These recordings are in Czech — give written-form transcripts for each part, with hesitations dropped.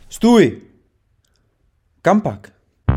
Stůj! Kam pak?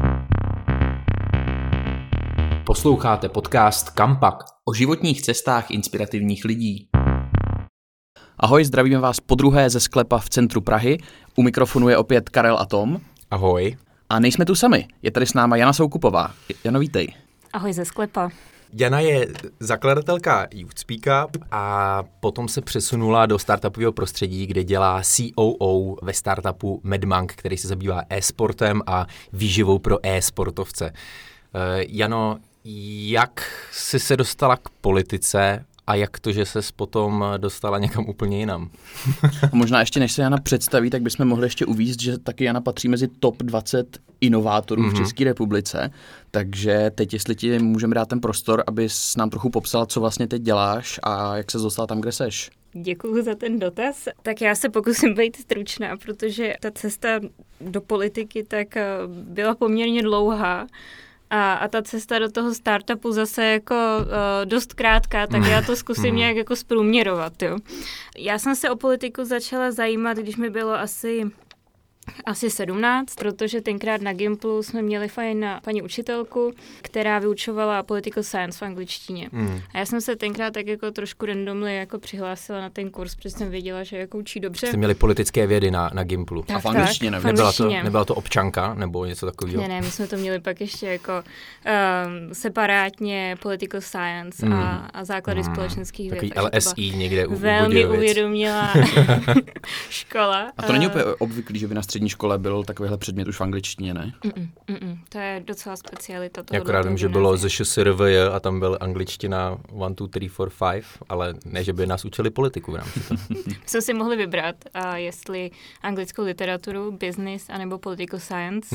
Posloucháte podcast Kampak o životních cestách inspirativních lidí. Ahoj, zdravíme vás podruhé ze sklepa v centru Prahy. U mikrofonu je opět Karel a Tom. Ahoj. A nejsme tu sami, je tady s náma Jana Soukupová. Jano, vítej. Ahoj ze sklepa. Jana je zakladatelka YouthSpeak Up a potom se přesunula do startupového prostředí, kde dělá COO ve startupu Medmank, který se zabývá e-sportem a výživou pro e-sportovce. Jano, jak jsi se dostala k politice a jak to, že ses potom dostala někam úplně jinam? A možná ještě než se Jana představí, tak bychom mohli ještě uvíct, že taky Jana patří mezi top 20 inovátorů v České republice. Takže teď, jestli ti můžeme dát ten prostor, abys nám trochu popsala, co vlastně teď děláš a jak ses dostala tam, kde seš. Děkuju za ten dotaz. Tak já se pokusím být stručná, protože ta cesta do politiky tak byla poměrně dlouhá. A ta cesta do toho startupu zase jako dost krátká, tak já to zkusím nějak jako zprůměrovat, jo. Já jsem se o politiku začala zajímat, když mi bylo asi 17, protože tenkrát na Gimplu jsme měli fajn paní učitelku, která vyučovala political science v angličtině. A já jsem se tenkrát tak jako trošku randomly jako přihlásila na ten kurz, protože jsem věděla, že jako učí dobře. Jste měli politické vědy na Gimplu. A v angličtině nebyla to občanka nebo něco takového? Ne, my jsme to měli pak ještě jako separátně political science a základy společenských věd. Takový LSI někde u velmi uvědomělá škola. A to není úplně obvyklý, že by na střední škole byl takovýhle předmět už v angličtině, ne? To je docela specialita toho. Akorát vím, že bylo ZŠSRVJ a tam byl angličtina 1, 2, 3, 4, 5, ale ne, že by nás učili politiku v rámci toho. Jsme si mohli vybrat, jestli anglickou literaturu, business, anebo political science.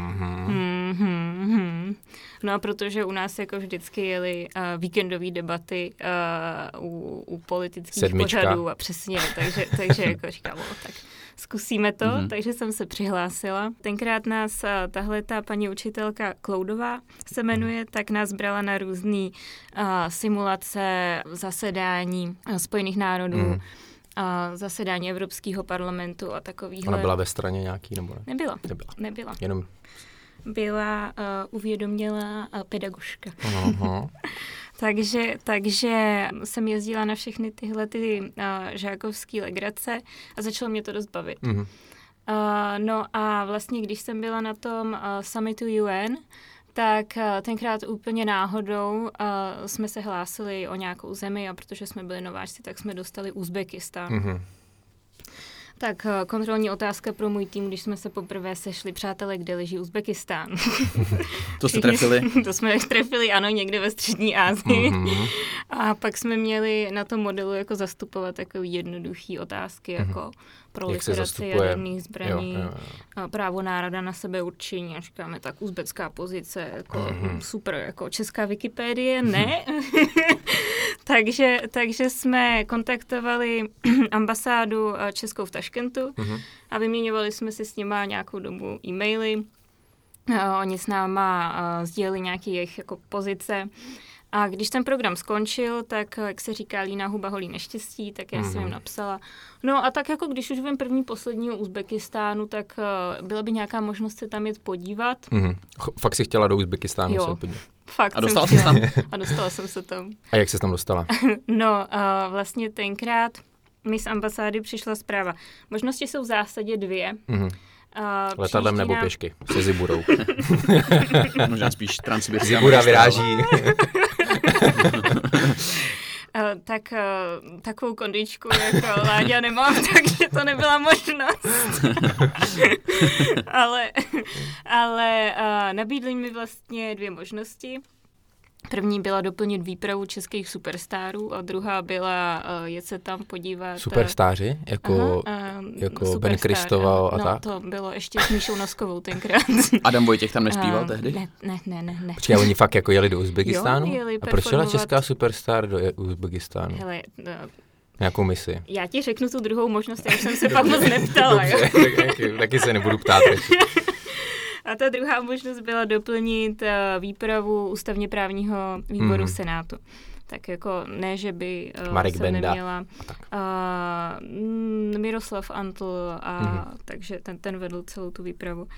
No a protože u nás jako vždycky jeli víkendové debaty u politických pořadů a přesně, takže jako říkám, tak zkusíme to, takže jsem se přihlásila. Tenkrát nás tahle ta paní učitelka Kloudová se jmenuje, tak nás brala na různý simulace, zasedání Spojených národů, zasedání Evropského parlamentu a takovýhle. Ona byla ve straně nějaký, nebo ne? Nebyla. Jenom byla uvědomělá pedagožka. Takže jsem jezdila na všechny tyhle žákovský legrace a začalo mě to dost bavit. No a vlastně, když jsem byla na tom summitu UN, tak tenkrát úplně náhodou jsme se hlásili o nějakou zemi a protože jsme byli nováčci, tak jsme dostali Uzbekistán. Tak kontrolní otázka pro můj tým, když jsme se poprvé sešli, přátelé, kde leží Uzbekistán. To jste trefili? To jsme trefili, ano, někde ve střední Asii. A pak jsme měli na tom modelu jako zastupovat takový jednoduchý otázky, jako proliferaci jaderných zbraní, právo národa na sebeurčení. A říkáme, tak uzbecká pozice, jako super, jako česká Wikipédie, ne? takže jsme kontaktovali ambasádu českou v Taškentu a vyměňovali jsme si s nima nějakou dobu e-maily. Oni s náma sdíleli nějaké jejich jako pozice. A když ten program skončil, tak, jak se říká, líná huba holí neštěstí, tak já jsem jim napsala. No a tak jako když už vím posledního Uzbekistánu, tak byla by nějaká možnost se tam jet podívat. Fakt si chtěla do Uzbekistánu se podívat? Fakt a dostala jsem tam? A dostala jsem se tam. A jak se tam dostala? No, vlastně tenkrát mi z ambasády přišla zpráva. Možnosti jsou v zásadě dvě. Letadlem nebo pěšky, se Ziburou. Možná spíš Transsibirská. Zibura vyráží. Tak takovou kondičku jako Láďa nemám, takže to nebyla možnost. ale nabídli mi vlastně dvě možnosti. První byla doplnit výpravu českých superstárů a druhá byla jet se tam podívat. Superstáři? Jako Ben Kristoval a tak? No, to bylo ještě s Míšou Noskovou tenkrát. Adam Vojtěch tam nespíval tehdy? Ne. Počkej, oni fakt jako jeli do Uzbekistánu? Jo, jeli a proč jela česká superstar do Uzbekistánu? Hele, nějakou misi. Já ti řeknu tu druhou možnost, já už jsem se pak moc neptala. Taky se nebudu ptát. A ta druhá možnost byla doplnit výpravu ústavně právního výboru Senátu. Tak jako ne, že by Marek jsem Benda. neměla Miroslav Antl, takže ten vedl celou tu výpravu.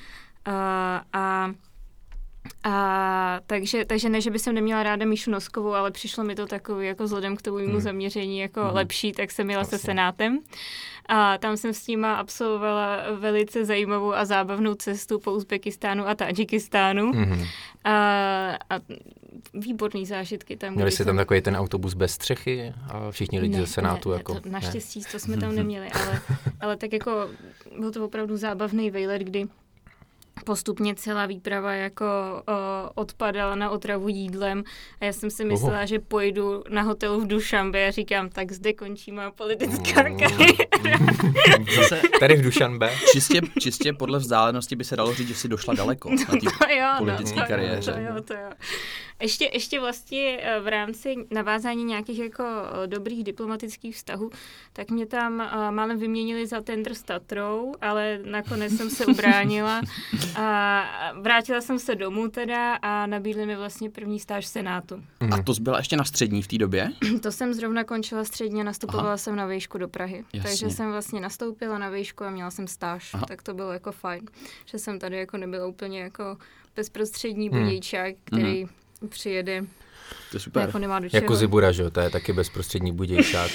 Takže ne, že by jsem neměla ráda Míšu Noskovou, ale přišlo mi to takový jako vzhledem k tomu mému zaměření jako lepší, tak jsem jela se Senátem. A tam jsem s nima absolvovala velice zajímavou a zábavnou cestu po Uzbekistánu a Tadžikistánu. A výborný zážitky tam. Měli jste tam takový ten autobus bez střechy a všichni lidi ze Senátu? Ne, to naštěstí to jsme tam neměli, ale tak jako byl to opravdu zábavný vejlet, kdy postupně celá výprava jako odpadala na otravu jídlem a já jsem si myslela, že pojdu na hotelu v Dušanbe a říkám, tak zde končí má politická kariéra. Tady v Dušanbe? Čistě podle vzdálenosti by se dalo říct, že si došla daleko na té politické kariéře. To jo. Ještě vlastně v rámci navázání nějakých jako dobrých diplomatických vztahů, tak mě tam málem vyměnili za tendr s Tatrou, ale nakonec jsem se ubránila a vrátila jsem se domů teda a nabídli mi vlastně první stáž v Senátu. A to byla ještě na střední v té době? To jsem zrovna končila střední a nastupovala jsem na výšku do Prahy. Jasně. Takže jsem vlastně nastoupila na výšku a měla jsem stáž. Tak to bylo jako fajn, že jsem tady jako nebyla úplně jako bezprostřední budějčák, který přijede. To je super. Jako nemá do čeho. Jako Zibura, že? To je taky bezprostřední budějšák.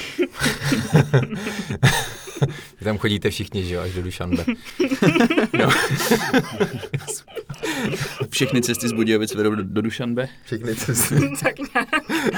Vy tam chodíte všichni, že jo, až do Dušanbe. No. Všechny cesty z Budějovic vedou do Dušanbe? Všechny cesty. Tak nějak.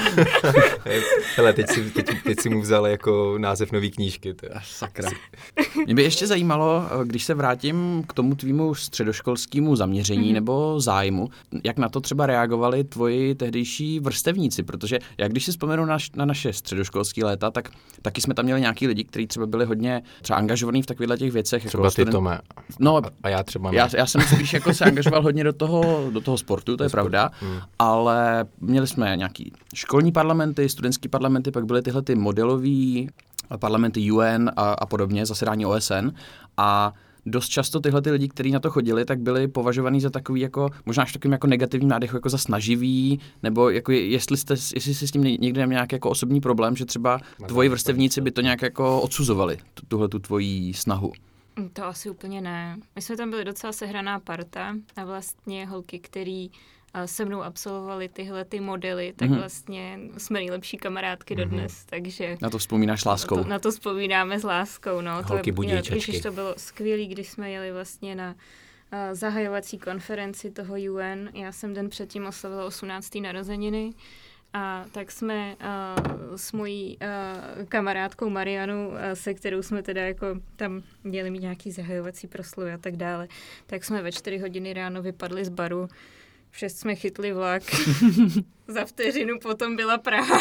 Hele, teď si mu vzal jako název nový knížky. Sakra. Mě by ještě zajímalo, když se vrátím k tomu tvýmu středoškolskému zaměření nebo zájmu, jak na to třeba reagovali tvoji tehdejší vrstevníci, protože já když si vzpomenu na naše středoškolské léta, tak taky jsme tam měli nějaký lidi, kteří třeba byli hodně třeba angažovaní v takovýchhle těch věcech. Třeba jako ty, Tome. No, a já třeba ne. Já jsem spíš jako se angažoval hodně do toho sportu, to je pravda, ale měli jsme nějaký školní parlamenty, studentský parlamenty, pak byly tyhle ty modelový parlamenty UN a podobně, zasedání OSN a dost často tyhle ty lidi, kteří na to chodili, tak byli považovaní za takový jako, možná až takovým jako negativním nádechu, jako za snaživý, nebo jako jestli si s tím někde neměl nějaký jako osobní problém, že třeba tvoji vrstevníci by to nějak jako odsuzovali, tuhle tu tvoji snahu. To asi úplně ne. My jsme tam byli docela sehraná parta a vlastně holky, který se mnou absolvovali tyhle ty modely, tak vlastně jsme nejlepší kamarádky dodnes, takže... Na to vzpomínáš s láskou. Na to vzpomínáme s láskou, no. Holky budějčačky. Když to bylo skvělý, když jsme jeli vlastně na zahajovací konferenci toho UN. Já jsem den předtím oslavila 18. narozeniny. A tak jsme s mojí kamarádkou Marianou, se kterou jsme teda jako tam měli mít nějaký zahajovací proslovy a tak dále, tak jsme ve 4 hodiny ráno vypadli z baru, v 6 jsme chytli vlak, za vteřinu potom byla Praha.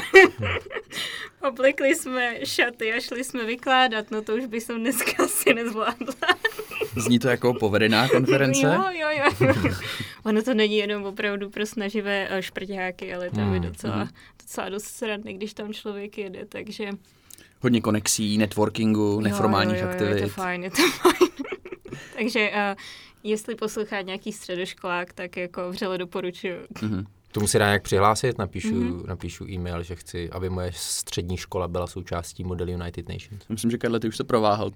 Oblekli jsme šaty a šli jsme vykládat, no to už by jsem dneska asi nezvládla. Zní to jako povedená konference? Jo. Ono to není jenom opravdu pro snaživé šprťáky, ale tam je docela dost srandný, když tam člověk jede, takže... Hodně konexí, networkingu, neformálních aktivit. Je to fajn. Takže jestli poslouchá nějaký středoškolák, tak jako vřele doporučuju. Tomu si dá nějak přihlásit, napíšu e-mail, že chci, aby moje střední škola byla součástí modelu United Nations. Myslím, že Karle, ty už to prováhal.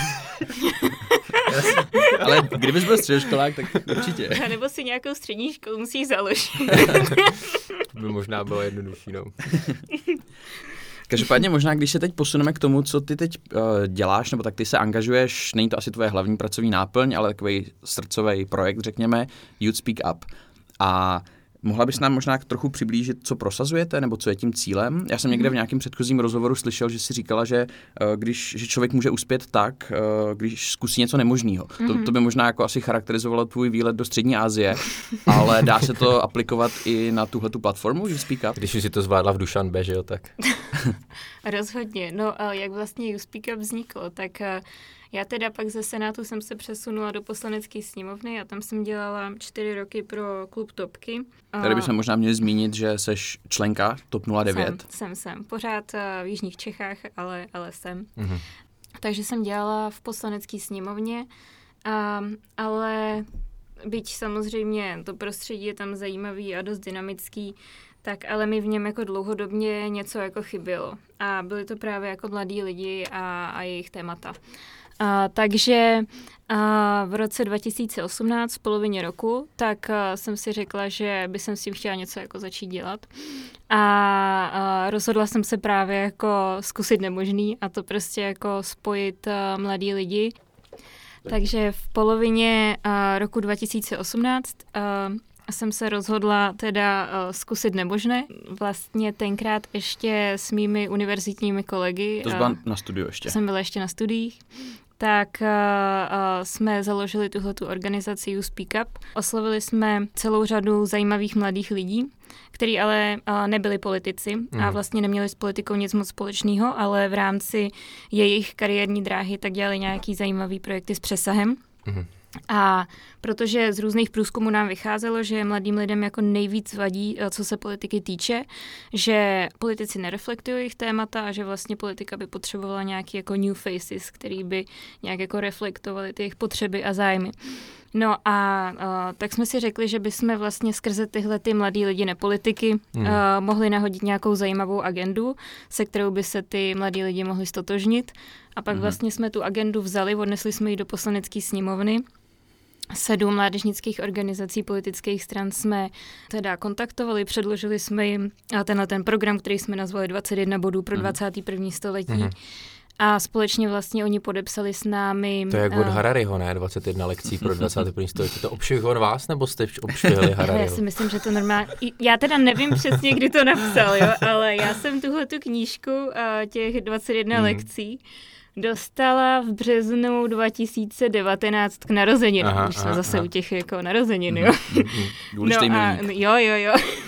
Ale kdybys byl středoškolák, tak určitě. A nebo si nějakou střední školu musíš založit. To by možná bylo jednodušší, no. Každopádně možná, když se teď posuneme k tomu, co ty teď děláš, nebo tak ty se angažuješ, není to asi tvoje hlavní pracovní náplň, ale takový srdcový projekt, řekněme, Youth Speak Up. A mohla bys nám možná trochu přiblížit, co prosazujete, nebo co je tím cílem? Já jsem někde v nějakém předchozím rozhovoru slyšel, že si říkala, že že člověk může uspět tak, když zkusí něco nemožného. To by možná jako asi charakterizovalo tvůj výlet do Střední Asie, ale dá se to aplikovat i na tuhletu platformu, že Speak Up? Když si to zvládla v Dušanbe, že jo, tak... Rozhodně. No, jak vlastně Youth Speak Up vzniklo, tak... Já teda pak ze Senátu jsem se přesunula do Poslanecké sněmovny a tam jsem dělala 4 roky pro klub Topky. Tady bychom možná měli zmínit, že seš členka TOP 09. Jsem. Pořád v jižních Čechách, ale jsem. Takže jsem dělala v Poslanecké sněmovně, ale byť samozřejmě to prostředí je tam zajímavý a dost dynamický, tak ale mi v něm jako dlouhodobě něco jako chybělo. A byli to právě jako mladí lidi a jejich témata. Takže v roce 2018, v polovině roku, tak jsem si řekla, že bych s tím chtěla něco jako začít dělat. A rozhodla jsem se právě jako zkusit nemožný a to prostě jako spojit mladí lidi. Takže v polovině roku 2018 jsem se rozhodla teda zkusit nemožné. Vlastně tenkrát ještě s mými univerzitními kolegy. To byla na studiu ještě. Jsem byla ještě na studiích. Tak jsme založili tuhletu organizaci You Speak Up. Oslovili jsme celou řadu zajímavých mladých lidí, kteří ale nebyli politici a vlastně neměli s politikou nic moc společného, ale v rámci jejich kariérní dráhy tak dělali nějaký zajímavý projekty s přesahem. A protože z různých průzkumů nám vycházelo, že mladým lidem jako nejvíc vadí, co se politiky týče, že politici nereflektují jejich témata a že vlastně politika by potřebovala nějaký jako new faces, který by nějak jako reflektovali ty jejich potřeby a zájmy. No a tak jsme si řekli, že bychom vlastně skrze tyhle ty mladý lidi nepolitiky mohli nahodit nějakou zajímavou agendu, se kterou by se ty mladí lidi mohli stotožnit. A pak vlastně jsme tu agendu vzali, odnesli jsme ji do poslanecké sněmovny. 7 mládežnických organizací politických stran jsme teda kontaktovali, předložili jsme jim ten program, který jsme nazvali 21 bodů pro 21. století. A společně vlastně oni podepsali s námi... To je jak od Harariho, ne? 21 lekcí pro 21. století. To obšvih vás, nebo jste obšvihli Harariho? Já si myslím, že to normálně... Já teda nevím přesně, kdy to napsal, jo, ale já jsem tuhletu knížku těch 21 lekcí dostala v březnu 2019 k narozeninám, když jsme zase u těch jako narozenin, jo. Důležitý milník. Jo.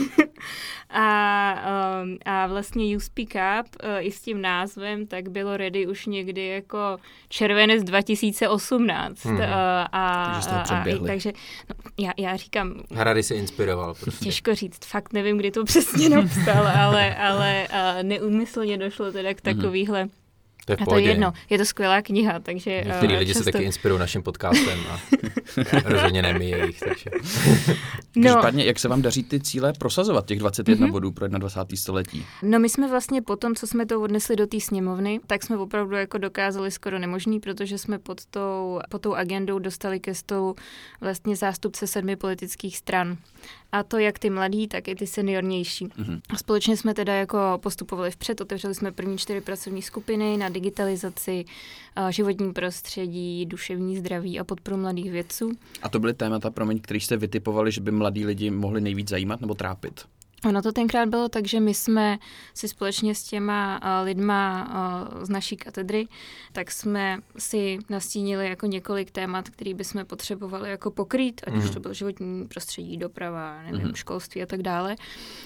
A vlastně You Speak Up i s tím názvem tak bylo ready už někdy jako červenec 2018. Takže jste předběhli. Takže já říkám... Harari se inspiroval. Prostě. Těžko říct, fakt nevím, kdy to přesně napsal, ale neúmyslně došlo teda k takovýhle... To je v a pohodě. to je jedno, je to skvělá kniha, takže... Některý lidi se taky inspirují naším podcastem a rozhodně ne my jejich, takže... Každopádně, jak se vám daří ty cíle prosazovat, těch 21 bodů pro 21. století? No my jsme vlastně po tom, co jsme to odnesli do té sněmovny, tak jsme opravdu jako dokázali skoro nemožný, protože jsme pod tou agendou dostali ke stolu vlastně zástupce 7 politických stran. A to jak ty mladí, tak i ty seniornější. A společně jsme teda jako postupovali vpřed, otevřeli jsme první 4 pracovní skupiny na digitalizaci, životní prostředí, duševní zdraví a podporu mladých vědců. A to byly témata, které jste vytipovali, že by mladí lidi mohli nejvíc zajímat nebo trápit? Ono to tenkrát bylo tak, že my jsme si společně s těma lidma z naší katedry, tak jsme si nastínili jako několik témat, který bychom potřebovali jako pokrýt, ať už to bylo životní prostředí, doprava, nevím, školství a tak dále.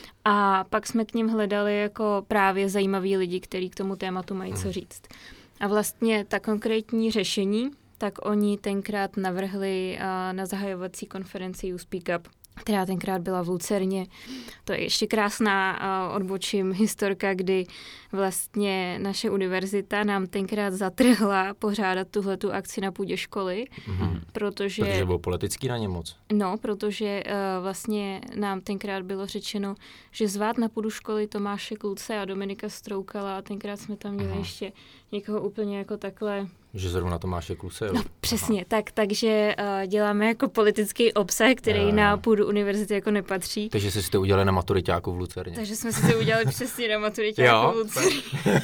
A pak jsme k nim hledali jako právě zajímaví lidi, kteří k tomu tématu mají co říct. A vlastně ta konkrétní řešení, tak oni tenkrát navrhli na zahajovací konferenci You Speak Up, která tenkrát byla v Lucerně. To je ještě krásná odbočím historka, kdy vlastně naše univerzita nám tenkrát zatrhla pořádat tuhletu akci na půdě školy, protože byl politický na ně moc. No, protože vlastně nám tenkrát bylo řečeno, že zvát na půdu školy Tomáše Kluce a Dominika Stroukala a tenkrát jsme tam měli ještě někoho úplně jako takhle. Že zrovna Tomáše Kluse, jo? No, přesně, takže děláme jako politický obsah, který na půdu univerzity jako nepatří. Takže jste si to udělali na maturiťáku v Lucerně. Takže jsme si to udělali přesně na maturiťáku v Lucerně.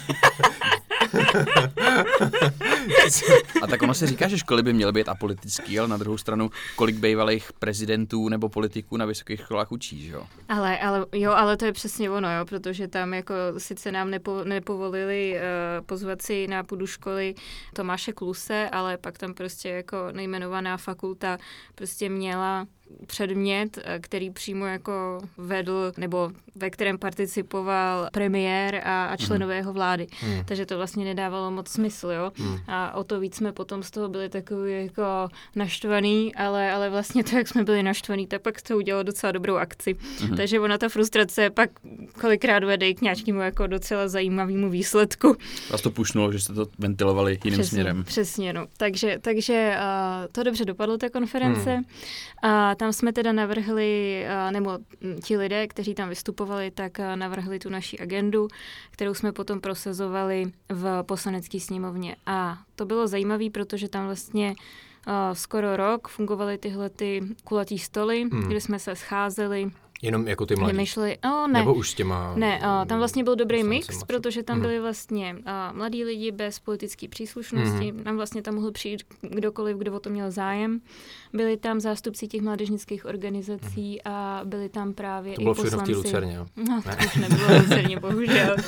A tak ono se říká, že školy by měly být apolitický, ale na druhou stranu, kolik bývalých prezidentů nebo politiků na vysokých školách učí, že jo? Ale to je přesně ono, jo, protože tam jako sice nám nepovolili pozvat si na půdu školy Tomáše Kluse, ale pak tam prostě jako nejmenovaná fakulta prostě měla předmět, který přímo jako vedl, nebo ve kterém participoval premiér a členové jeho vlády. Takže to vlastně nedávalo moc smysl, jo. A o to víc jsme potom z toho byli takový jako naštvaný, ale vlastně to, jak jsme byli naštvaný, tak pak to udělalo docela dobrou akci. Takže ona ta frustrace pak kolikrát vede k nějakému jako docela zajímavému výsledku. Vás to pušnulo, že jste to ventilovali jiným směrem. Přesně, no. Takže to dobře dopadlo, ta konference. tam jsme teda navrhli, nebo ti lidé, kteří tam vystupovali, tak navrhli tu naši agendu, kterou jsme potom prosazovali v poslanecké sněmovně. A to bylo zajímavé, protože tam vlastně skoro rok fungovaly tyhle ty kulatý stoly, kde jsme se scházeli. Jenom jako ty mladí? Vymýšleli, ne. Nebo už s těma... Ne, tam vlastně byl dobrý mix, protože tam byli vlastně mladí lidi bez politické příslušnosti. Tam vlastně tam mohl přijít kdokoliv, kdo o to měl zájem. Byli tam zástupci těch mládežnických organizací a byli tam právě i poslanci. To bylo všechno v té Lucerně, jo? No, to už nebylo v Lucerně, bohužel.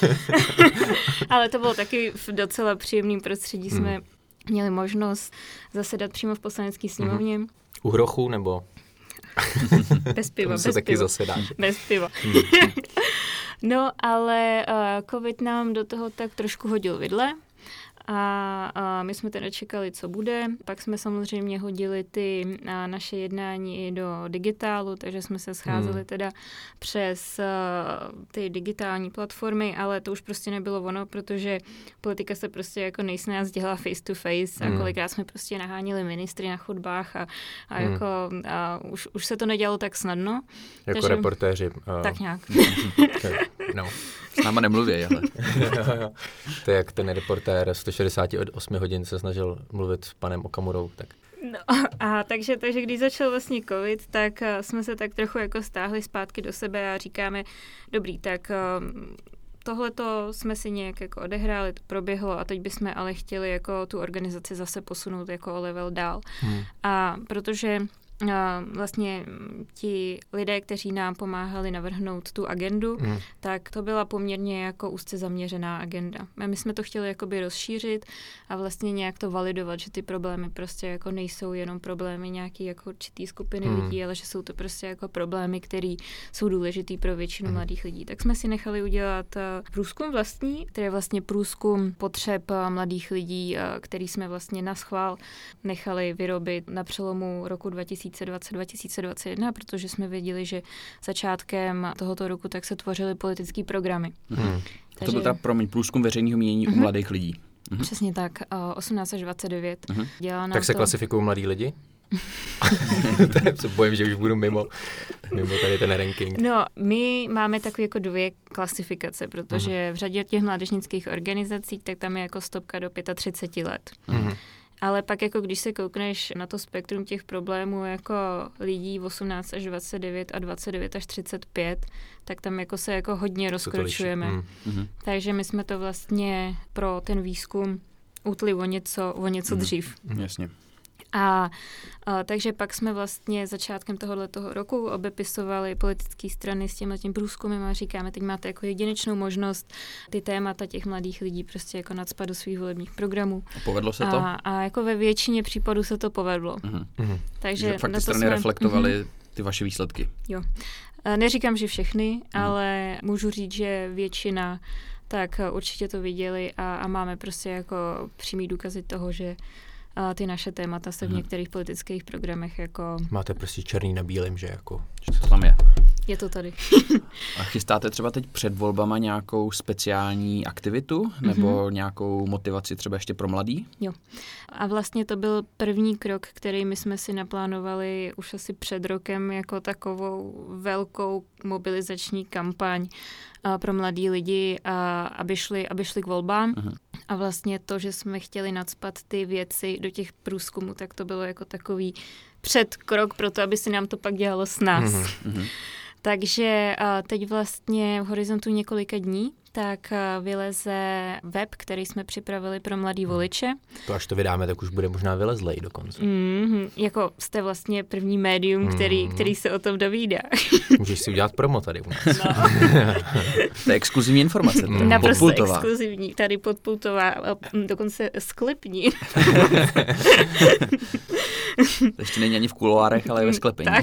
Ale to bylo taky v docela příjemným prostředí. Jsme měli možnost zasedat přímo v poslanecké sněmovně. U hrochu nebo... Bez piva, bez taky piva. Zasedáš. Bez piva. No, ale covid nám do toho tak trošku hodil vidle a my jsme teda čekali, co bude. Pak jsme samozřejmě hodili ty naše jednání i do digitálu, takže jsme se scházeli teda přes ty digitální platformy, ale to už prostě nebylo ono, protože politika se prostě jako nejsnáz dělá face to face a kolikrát jsme prostě nahánili ministry na chodbách a jako už se to nedělalo tak snadno. Jako takže, reportéři. Tak nějak. No. S náma nemluví, ale. To je jak ten reportér 168 hodin se snažil mluvit s panem Okamurou, tak. No a takže když začal vlastně covid, tak jsme se tak trochu jako stáhli zpátky do sebe a říkáme, dobrý, tak tohleto jsme si nějak jako odehráli, to proběhlo a teď bychom ale chtěli jako tu organizaci zase posunout jako o level dál. A protože vlastně ti lidé, kteří nám pomáhali navrhnout tu agendu, tak to byla poměrně jako úzce zaměřená agenda. A my jsme to chtěli jakoby rozšířit a vlastně nějak to validovat, že ty problémy prostě jako nejsou jenom problémy nějaký jako určitý skupiny lidí, ale že jsou to prostě jako problémy, které jsou důležitý pro většinu mladých lidí. Tak jsme si nechali udělat průzkum vlastní, který je vlastně průzkum potřeb mladých lidí, který jsme vlastně na schvál nechali vyrobit na přelomu roku 2020-2021, protože jsme věděli, že začátkem tohoto roku tak se tvořily politické programy. Takže... To byl teda průzkum veřejného mínění u mladých lidí. Přesně tak, 18 až 29. Tak se klasifikují mladí lidi? Se bojím, že už budu mimo tady ten ranking. No, my máme takové jako 2 klasifikace, protože v řadě těch mládežnických organizací, tak tam je jako stopka do 35 let. Ale pak jako když se koukneš na to spektrum těch problémů jako lidí 18 až 29 a 29 až 35, tak tam jako se jako hodně rozkročujeme. Takže my jsme to vlastně pro ten výzkum utli o něco dřív. Jasně. A takže pak jsme vlastně začátkem tohoto roku obepisovali politické strany s tímhletím průzkumem a říkáme, teď máte jako jedinečnou možnost ty témata těch mladých lidí prostě jako nacpat do svých volebních programů. A povedlo se to? A jako ve většině případů se to povedlo. Takže fakt ty strany reflektovaly ty vaše výsledky. Jo. Neříkám, že všechny, ale můžu říct, že většina tak určitě to viděli a máme prostě jako přímý důkazy toho, že ty naše témata se v některých politických programech jako... Máte prostě černý na bílém, že jako... Že to tam je. Je to tady. A chystáte třeba teď před volbama nějakou speciální aktivitu nebo nějakou motivaci třeba ještě pro mladý? Jo. A vlastně to byl první krok, který my jsme si naplánovali už asi před rokem jako takovou velkou mobilizační kampaň pro mladý lidi, aby šli k volbám. A vlastně to, že jsme chtěli nacpat ty věci do těch průzkumů, tak to bylo jako takový předkrok pro to, aby si nám to pak dělalo s nás. Takže teď vlastně v horizontu několika dní tak vyleze web, který jsme připravili pro mladý voliče. To až to vydáme, tak už bude možná vylezlej dokonce. Jako jste vlastně první médium, který se o tom dovídá. Můžeš si udělat promo tady u nás. No. To je exkluzivní informace. Naprosto exkluzivní, tady podpultová, dokonce sklepní. To ještě není ani v kuloárech, ale je ve sklepení. Tak.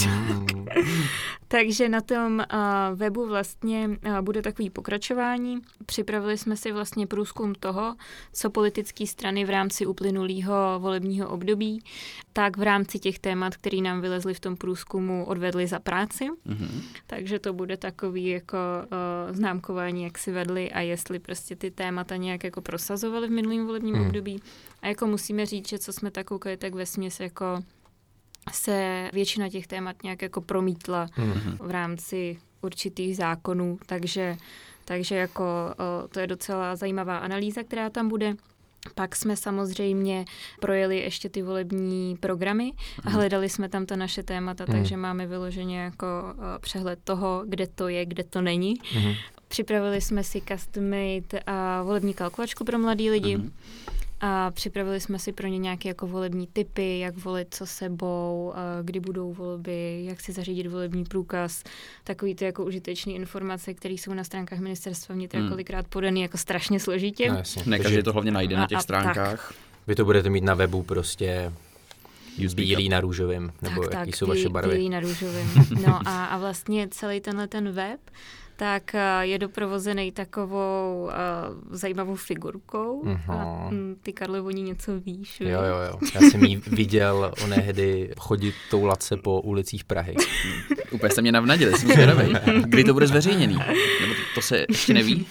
Takže na tom webu vlastně bude takový pokračování. Připravili jsme si vlastně průzkum toho, co politické strany v rámci uplynulého volebního období, tak v rámci těch témat, které nám vylezly v tom průzkumu, odvedli za práci. Takže to bude takový jako známkování, jak si vedli a jestli prostě ty témata nějak jako prosazovali v minulém volebním období. A jako musíme říct, že co jsme tak koukali, tak vesměs jako se většina těch témat nějak jako promítla v rámci určitých zákonů, takže jako to je docela zajímavá analýza, která tam bude. Pak jsme samozřejmě projeli ještě ty volební programy a hledali jsme tam ta naše témata, takže máme vyloženě jako přehled toho, kde to je, kde to není. Připravili jsme si custom-made volební kalkulačku pro mladý lidi. A připravili jsme si pro ně nějaké jako volební tipy, jak volit, co sebou, kdy budou volby, jak si zařídit volební průkaz, takový ty jako užitečné informace, které jsou na stránkách ministerstva vnitra kolikrát podaný jako strašně složitě. No, ne, každý to hlavně najde na těch stránkách. Vy to budete mít na webu prostě bílý na růžovým, nebo jaký jsou vaše barvy? Bílý na růžovým. No a vlastně celý ten web tak je doprovozený takovou zajímavou figurkou. A ty, Karle, o ní něco víš? Jo. Já jsem jí viděl onehdy chodit toulat po ulicích Prahy. Úplně jste mě navnadili, jsem zvědavej. Kdy to bude zveřejněný? Nebo to se ještě neví?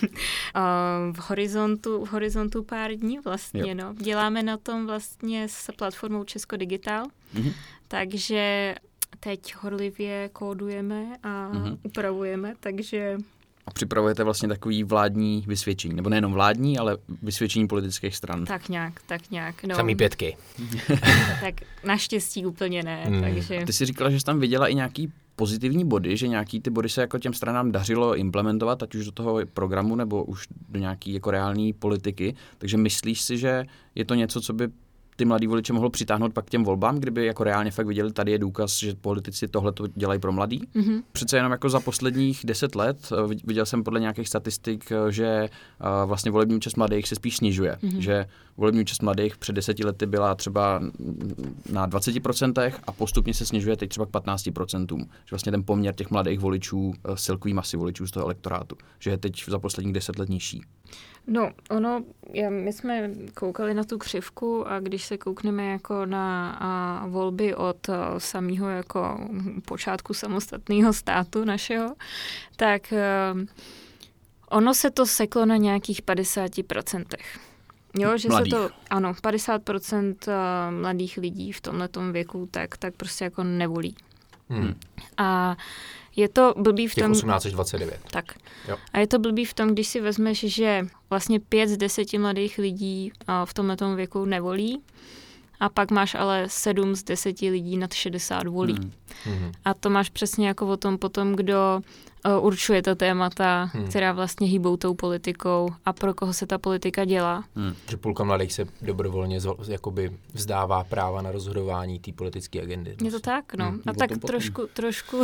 V horizontu pár dní vlastně, no. Děláme na tom vlastně s platformou Česko Digital, takže teď horlivě kódujeme a upravujeme, takže... A připravujete vlastně takový vládní vysvědčení, nebo nejenom vládní, ale vysvědčení politických stran. Tak nějak. No. Samý 5. Tak naštěstí úplně ne, takže... Ty jsi říkala, že jsi tam viděla i nějaký pozitivní body, že nějaký ty body se jako těm stranám dařilo implementovat, ať už do toho programu, nebo už do nějaký jako reální politiky. Takže myslíš si, že je to něco, co by ty mladí voliče mohlo přitáhnout pak k těm volbám, kdyby jako reálně fakt viděli, tady je důkaz, že politici tohle to dělají pro mladý. Přece jenom jako za posledních 10 let viděl jsem podle nějakých statistik, že vlastně volební účast mladých se spíš snižuje. Že volební účast mladých před 10 lety byla třeba na 20% a postupně se snižuje teď třeba k 15%. Že vlastně ten poměr těch mladých voličů, celkový masy voličů z toho elektorátu, že je teď za posledních 10 let nižší. No, my jsme koukali na tu křivku a když se koukneme jako na volby od samého jako počátku samostatného státu našeho, tak ono se to seklo na nějakých 50%. Jo, že mladých. se to, ano, 50% mladých lidí v tomhletom věku tak prostě jako nevolí. A je to blbý v tom... Těch 18 až 29. Tak. Jo. A je to blbý v tom, když si vezmeš, že vlastně 5 z 10 mladých lidí v tomhletom věku nevolí a pak máš ale 7 z 10 lidí nad 60 volí. A to máš přesně jako o tom potom, kdo určuje ta témata, která vlastně hýbou tou politikou a pro koho se ta politika dělá. Že půlka mladých se dobrovolně jakoby vzdává práva na rozhodování té politické agendy. Je to tak, no. A tak trošku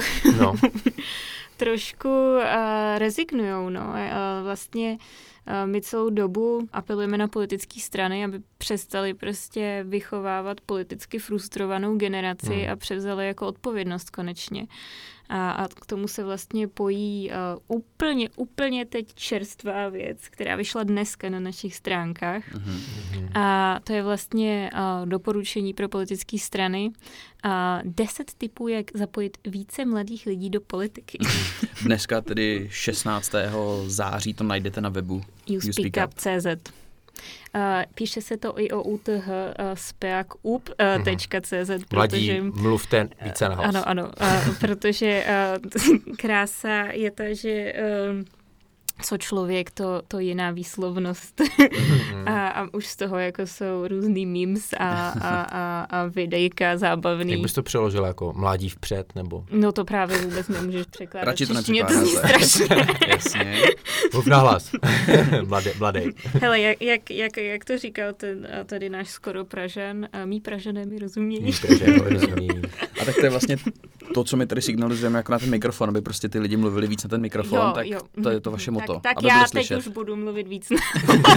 rezignujou, no. Vlastně my celou dobu apelujeme na politické strany, aby přestali prostě vychovávat politicky frustrovanou generaci a převzali jako odpovědnost konečně. A k tomu se vlastně pojí úplně teď čerstvá věc, která vyšla dneska na našich stránkách. A to je vlastně doporučení pro politické strany. 10 tipů, jak zapojit více mladých lidí do politiky. Dneska tedy 16. září to najdete na webu Uspeakup.cz. Píše se to i o UTH speakup.cz. Mladí, mluvte více nahlas. Ano, protože krása je ta, že co člověk, to jiná výslovnost. a už z toho jako jsou různý memes a videjka zábavný. Jak bys to přeložila, jako mládí vpřed, nebo? No to právě vůbec nemůžeš překládat. Radši to nepřekládáte. To zní strašně. Jasně. Mluv nahlas. Mladej. Hele, jak to říkal tady náš skoro Pražan, mý Pražané mi rozumějí. A tak to je vlastně to, co my tady signalizujeme jako na ten mikrofon, aby prostě ty lidi mluvili víc na ten mikrofon, tak to je to vaše motto. Tak já teď už budu mluvit víc na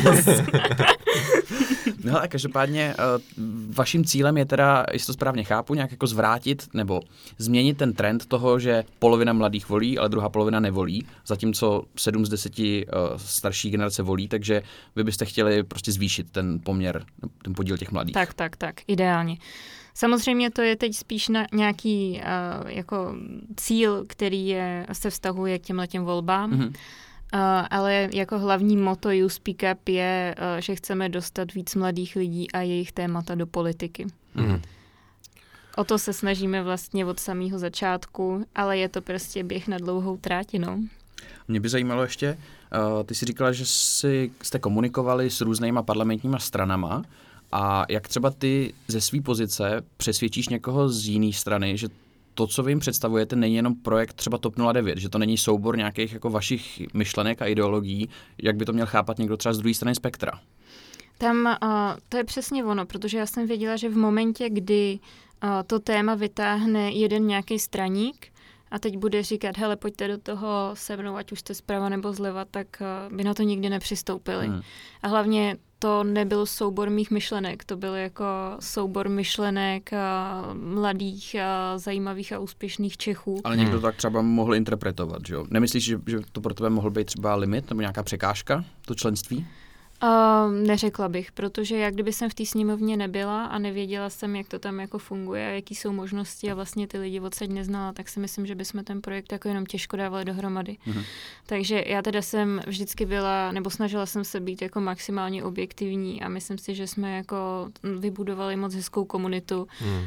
No a každopádně vaším cílem je teda, jestli to správně chápu, nějak jako zvrátit nebo změnit ten trend toho, že polovina mladých volí, ale druhá polovina nevolí, zatímco 7 z 10 starší generace volí, takže vy byste chtěli prostě zvýšit ten poměr, ten podíl těch mladých. Tak, ideálně. Samozřejmě to je teď spíš na nějaký jako cíl, který se vztahuje k těmhletěm volbám, ale jako hlavní motto Uspeakup je, že chceme dostat víc mladých lidí a jejich témata do politiky. O to se snažíme vlastně od samého začátku, ale je to prostě běh na dlouhou tráť, no. Mě by zajímalo ještě, ty jsi říkala, že jste komunikovali s různýma parlamentníma stranama a jak třeba ty ze své pozice přesvědčíš někoho z jiné strany, že to, co vy jim představujete, není jenom projekt třeba TOP 09, že to není soubor nějakých jako vašich myšlenek a ideologií, jak by to měl chápat někdo třeba z druhé strany spektra? Tam to je přesně ono, protože já jsem věděla, že v momentě, kdy to téma vytáhne jeden nějaký straník a teď bude říkat, hele, pojďte do toho se mnou, ať už jste zprava nebo zleva, tak by na to nikdy nepřistoupili. A hlavně to nebyl soubor mých myšlenek, to byl jako soubor myšlenek mladých, zajímavých a úspěšných Čechů. Ale někdo tak třeba mohl interpretovat, že jo? Nemyslíš, že to pro tebe mohl být třeba limit nebo nějaká překážka, to členství? Neřekla bych, protože jak kdyby jsem v té sněmovně nebyla a nevěděla jsem, jak to tam jako funguje a jaký jsou možnosti a vlastně ty lidi odsaď neznala, tak si myslím, že bychom ten projekt jako jenom těžko dávali dohromady. Takže já teda jsem vždycky byla, nebo snažila jsem se být jako maximálně objektivní a myslím si, že jsme jako vybudovali moc hezkou komunitu,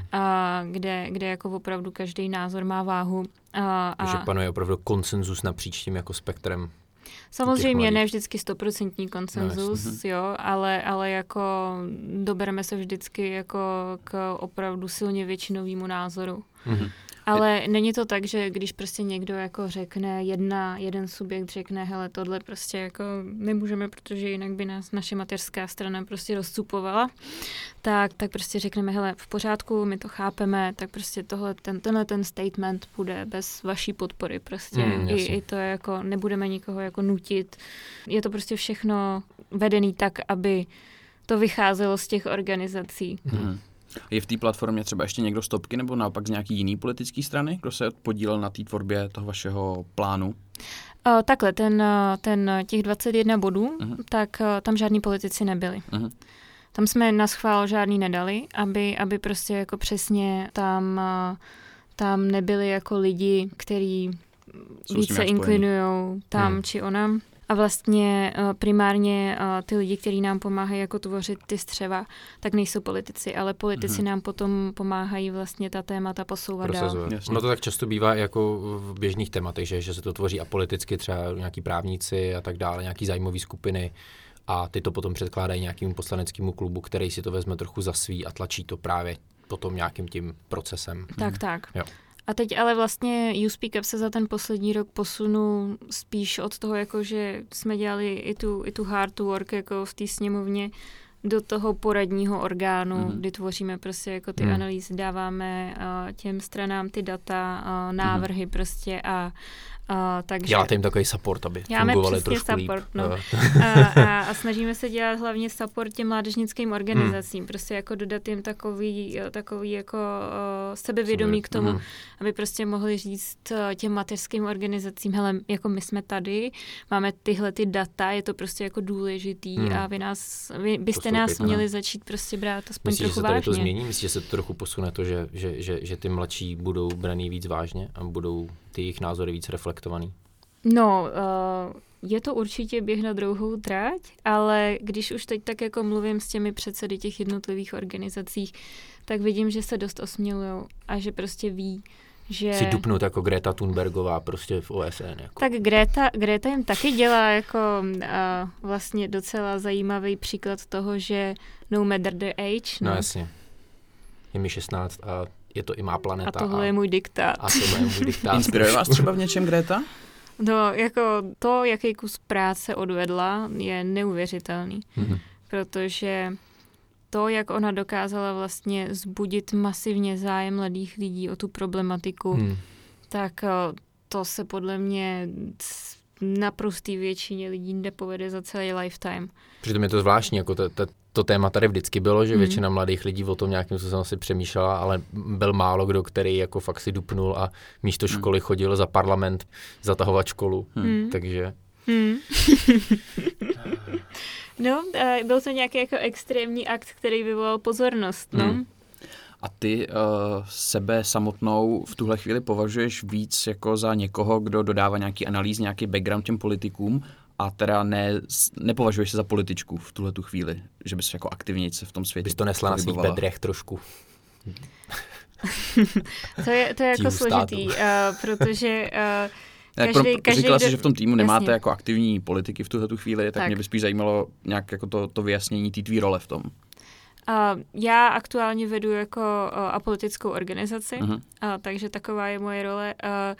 kde jako opravdu každý názor má váhu. Že panuje opravdu konsenzus napříč tím jako spektrem. Samozřejmě ne vždycky 100% konsenzus, jo, ale jako dobereme se vždycky jako k opravdu silně většinovému názoru. Ale není to tak, že když prostě někdo jako řekne, jeden subjekt řekne, hele, tohle prostě jako nemůžeme, protože jinak by nás naše mateřská strana prostě rozcupovala, tak prostě řekneme, hele, v pořádku, my to chápeme, tak prostě tenhle statement bude bez vaší podpory prostě. I to jako, nebudeme nikoho jako nutit. Je to prostě všechno vedený tak, aby to vycházelo z těch organizací. Je v té platformě třeba ještě někdo z Topky nebo naopak z nějaký jiný politické strany, kdo se podílel na té tvorbě toho vašeho plánu? Takhle, těch 21 bodů, tak tam žádní politici nebyli. Tam jsme na schvál žádný nedali, aby prostě jako přesně tam nebyli jako lidi, kteří více inklinujou tam či onam. A vlastně primárně ty lidi, kteří nám pomáhají jako tvořit ty střeva, tak nejsou politici, ale politici nám potom pomáhají vlastně ta témata posouvat dál. No to tak často bývá jako v běžných tématech, že se to tvoří apoliticky, třeba nějaký právníci a tak dále, nějaký zájmové skupiny a ty to potom předkládají nějakému poslaneckému klubu, který si to vezme trochu za svý a tlačí to právě potom nějakým tím procesem. Tak. Jo. A teď ale vlastně YouSpeak Up se za ten poslední rok posunul spíš od toho, jako že jsme dělali i tu hard work jako v té sněmovně do toho poradního orgánu, kdy tvoříme prostě jako ty analýzy, dáváme těm stranám ty data, návrhy prostě takže děláte jim takový support, aby fungovali trošku líp. A snažíme se dělat hlavně support těm mládežnickým organizacím, prostě jako dodat jim takový jako sebevědomí k tomu, aby prostě mohli říct těm mateřským organizacím, hele, jako my jsme tady, máme tyhle ty data, je to prostě jako důležitý a vy byste nás měli začít prostě brát aspoň trochu vážně. Myslíš, že se tady to změní? Myslíš, že se to trochu posune to, že ty mladší budou braný víc vážně a budou ty jejich názory víc reflektovaný? No, je to určitě běh na dlouhou tráť, ale když už teď tak jako mluvím s těmi předsedy těch jednotlivých organizacích, tak vidím, že se dost osmělujou a že prostě ví, že... Si dupnout jako Greta Thunbergová prostě v OSN. Jako. Tak Greta jim taky dělá jako vlastně docela zajímavý příklad toho, že no matter the age. No jasně. Je mi 16 a je to i má planeta. A tohle je můj diktát. A tohle je můj diktát. Inspiruje vás třeba v něčem Greta? No, jako to, jaký kus práce odvedla, je neuvěřitelný. Protože to, jak ona dokázala vlastně zbudit masivně zájem mladých lidí o tu problematiku, tak to se podle mě naprostý většině lidí nepovede za celý lifetime. Přitom je to zvláštní, jako to téma tady vždycky bylo, že většina mladých lidí o tom nějakým způsobem asi přemýšlela, ale byl málo kdo, který jako fakt si dupnul a místo školy chodil za parlament zatahovat školu. Takže... No, byl to nějaký jako extrémní akt, který vyvolal pozornost, no. A ty sebe samotnou v tuhle chvíli považuješ víc jako za někoho, kdo dodává nějaký analýz, nějaký background těm politikům a teda nepovažuješ se za političku v tuhle tu chvíli, že bys jako aktivnějc v tom světě. Bys to nesla na svých bedrech trošku. To je jako složitý, protože každý říkala si, že v tom týmu nemáte jasně. jako aktivní politiky v tuhletu chvíli, tak mě by spíš zajímalo nějak jako to vyjasnění té tvý role v tom. Já aktuálně vedu jako apolitickou organizaci, takže taková je moje role.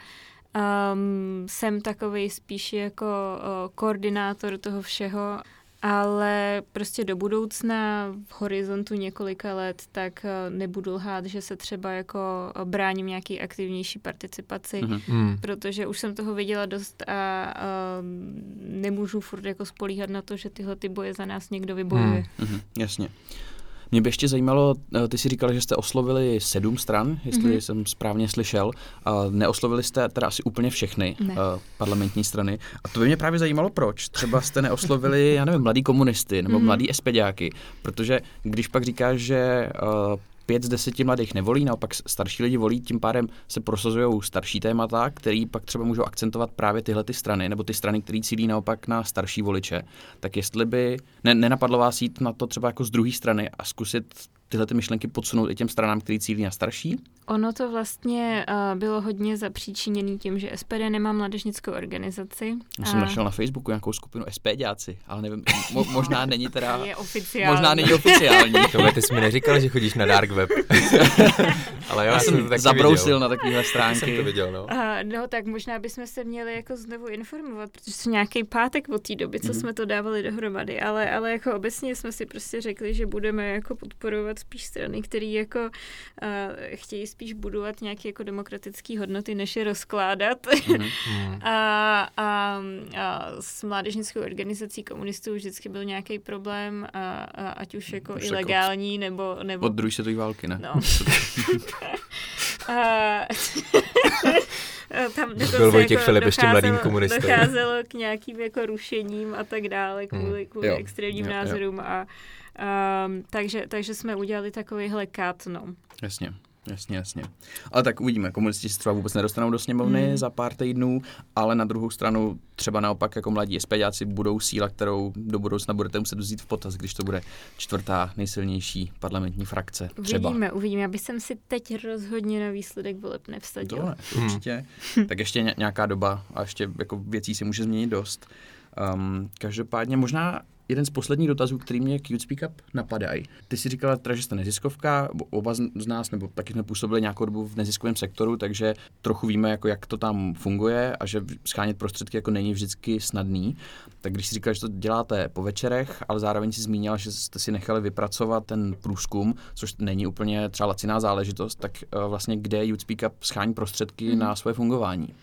Jsem takovej spíš jako koordinátor toho všeho, ale prostě do budoucna v horizontu několika let tak nebudu lhát, že se třeba jako bráním nějaký aktivnější participaci, protože už jsem toho viděla dost a nemůžu furt jako spolíhat na to, že tyhle ty boje za nás někdo vybojuje. Jasně. Mě by ještě zajímalo, ty jsi říkal, že jste oslovili 7 stran, jestli jsem správně slyšel. Neoslovili jste teda asi úplně všechny parlamentní strany. A to by mě právě zajímalo, proč. Třeba jste neoslovili, já nevím, mladý komunisty nebo mladý SPDáky, protože když pak říkáš, že 5 z 10 mladých nevolí, naopak starší lidi volí, tím pádem se prosazují starší témata, který pak třeba můžou akcentovat právě tyhle ty strany, nebo ty strany, které cílí naopak na starší voliče. Tak jestli by nenapadlo vás jít na to třeba jako z druhé strany a zkusit tyhle ty myšlenky podsunout i těm stranám, který cílí na starší? Ono to vlastně bylo hodně zapříčiněný tím, že SPD nemá mládežnickou organizaci. Já jsem našel na Facebooku nějakou skupinu SPDáci, ale nevím, možná není teda... Je oficiální. Možná není oficiální. Tohle ty jsi mi neříkal, že chodíš na dark web. Ale já jsem to taky zabrousil viděl. Na takovéhle stránky. Jsem to viděl, no. No tak možná bychom se měli jako znovu informovat, protože to nějaký pátek od té doby, co jsme to dávali dohromady, ale jako obecně jsme si prostě řekli, že budeme jako podporovat spíš strany, které jako chtějí spíš budovat nějaké jako demokratické hodnoty, než je rozkládat. A s mládežnickou organizací komunistů vždycky byl nějaký problém, ať už jako ilegální, nebo... Od druhé světové války, ne? No. Tam byl Vojtěch Filip ještě mladým komunistou. Docházelo k nějakým jako rušením a tak dále kvůli extrémním názorům. Takže jsme udělali takovýhle cut, no. Jasně. Ale tak uvidíme, komunisti se třeba vůbec nedostanou do sněmovny za pár týdnů, ale na druhou stranu třeba naopak jako mladí SPDáci budou síla, kterou do budoucna budete muset vzít v potaz, když to bude 4. nejsilnější parlamentní frakce. Třeba. Uvidíme. Aby jsem si teď rozhodně na výsledek voleb nevsadila. To ne, určitě. Tak ještě nějaká doba a ještě jako věcí se může změnit dost. Každopádně možná jeden z posledních dotazů, který mě k Youth Speak Up napadají. Ty jsi říkala, že jste neziskovka, oba z nás, nebo taky jsme působili nějakou dobu v neziskovém sektoru, takže trochu víme, jako jak to tam funguje a že schánět prostředky jako není vždycky snadný. Tak když jsi říkala, že to děláte po večerech, ale zároveň si zmínila, že jste si nechali vypracovat ten průzkum, což není úplně třeba laciná záležitost, tak vlastně kde Youth Speak Up schání prostředky na svoje fungování?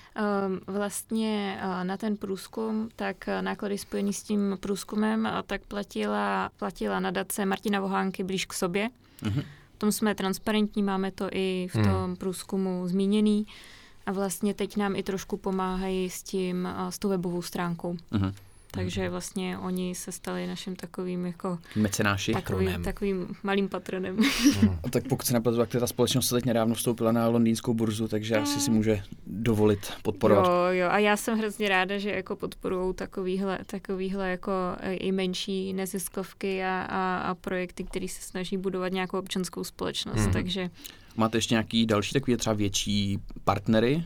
Vlastně na ten průzkum, tak náklady spojený s tím průzkumem, tak platila nadace Martina Vohánky Blíž k sobě. V tom jsme transparentní, máme to i v tom průzkumu zmíněný a vlastně teď nám i trošku pomáhají s tou webovou stránkou. Takže vlastně oni se stali naším takovým jako mecenáši, takovým malým patronem. A tak pokud se nepletu, tak ta společnost se teď nedávno vstoupila na londýnskou burzu, takže asi si může dovolit podporovat. Jo, a já jsem hrozně ráda, že jako podporujou takovýhle jako i menší neziskovky a projekty, které se snaží budovat nějakou občanskou společnost, takže... Máte ještě nějaký další takový třeba větší partnery?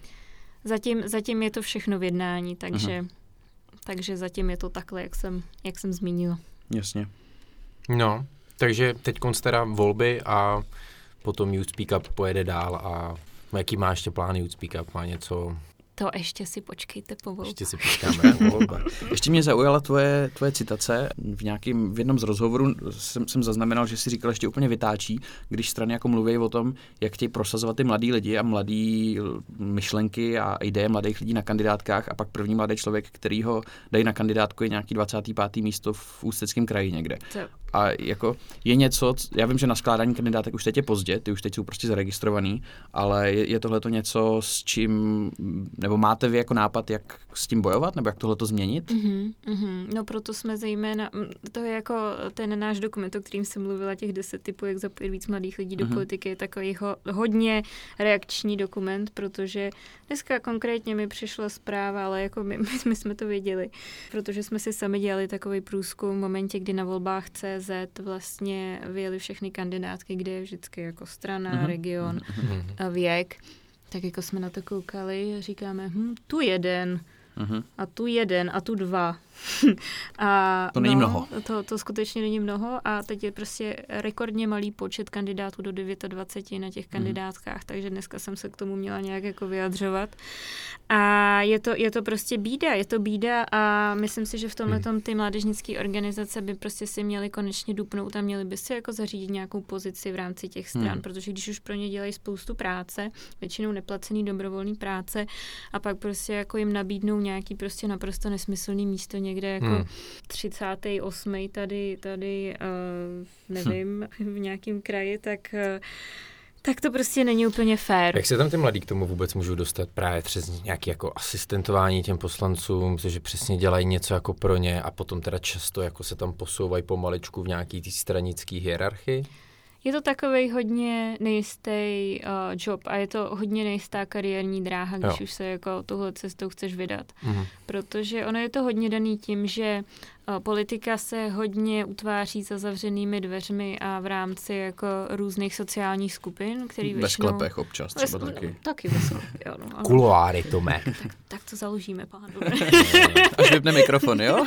Zatím je to všechno v jednání, takže zatím je to takhle, jak jsem zmínila. Jasně. No, takže teď teda volby a potom Youth Speak Up pojede dál a jaký má ještě plán Youth Speak Up? Má něco... To ještě si počkejte po volbách. Ještě si počkáme po volbách. Ještě mě zaujala tvoje citace. V jednom z rozhovorů jsem zaznamenal, že si říkal, ještě úplně vytáčí, když strany jako mluví o tom, jak chtějí prosazovat ty mladí lidi a mladý myšlenky a ideje mladých lidí na kandidátkách a pak první mladý člověk, který ho dají na kandidátku, je nějaký 25. místo v Ústeckém kraji někde. A jako je něco, já vím, že na skládání kandidátek už teď je pozdě, ty už teď jsou prostě zaregistrovaný, ale je tohleto něco, s čím, nebo máte vy jako nápad, jak s tím bojovat, nebo jak tohleto změnit? No proto jsme zejména, to je jako ten náš dokument, o kterým jsem mluvila, těch 10 typů, jak zapojit víc mladých lidí do politiky, je takový hodně reakční dokument, protože dneska konkrétně mi přišla zpráva, ale jako my jsme to věděli, protože jsme si sami dělali takový průzkum v momentě, kdy na volbách CZ CZ vlastně vyjeli všechny kandidátky, kde je vždycky jako strana, region, věk. Tak jako jsme na to koukali a říkáme, tu jeden, a tu jeden, a tu dva. A to není mnoho. To skutečně není mnoho a teď je prostě rekordně malý počet kandidátů do 29 na těch kandidátkách, takže dneska jsem se k tomu měla nějak jako vyjadřovat. A je to prostě bída a myslím si, že v tomhletom ty mládežnické organizace by prostě si měly konečně dupnout a měly by si jako zařídit nějakou pozici v rámci těch stran, protože když už pro ně dělají spoustu práce, většinou neplacený dobrovolný práce a pak prostě jako jim nabídnou nějaký prostě naprosto nesmyslný místo někde jako 38. tady nevím, v nějakém kraji, tak to prostě není úplně fér. Jak se tam ty mladí k tomu vůbec můžou dostat právě přes nějaké jako asistentování těm poslancům, že přesně dělají něco jako pro ně a potom teda často jako se tam posouvají pomaličku v nějaký té stranické hierarchii? Je to takovej hodně nejistý job a je to hodně nejistá kariérní dráha, když už se jako tohle cestou chceš vydat. Protože ono je to hodně daný tím, že politika se hodně utváří za zavřenými dveřmi a v rámci jako různých sociálních skupin, který ve sklepech občas třeba taky. Taky ve sklepech, jo. No, Kuloáry, Tome. Tak to založíme, pán. Až vypne mikrofon, jo?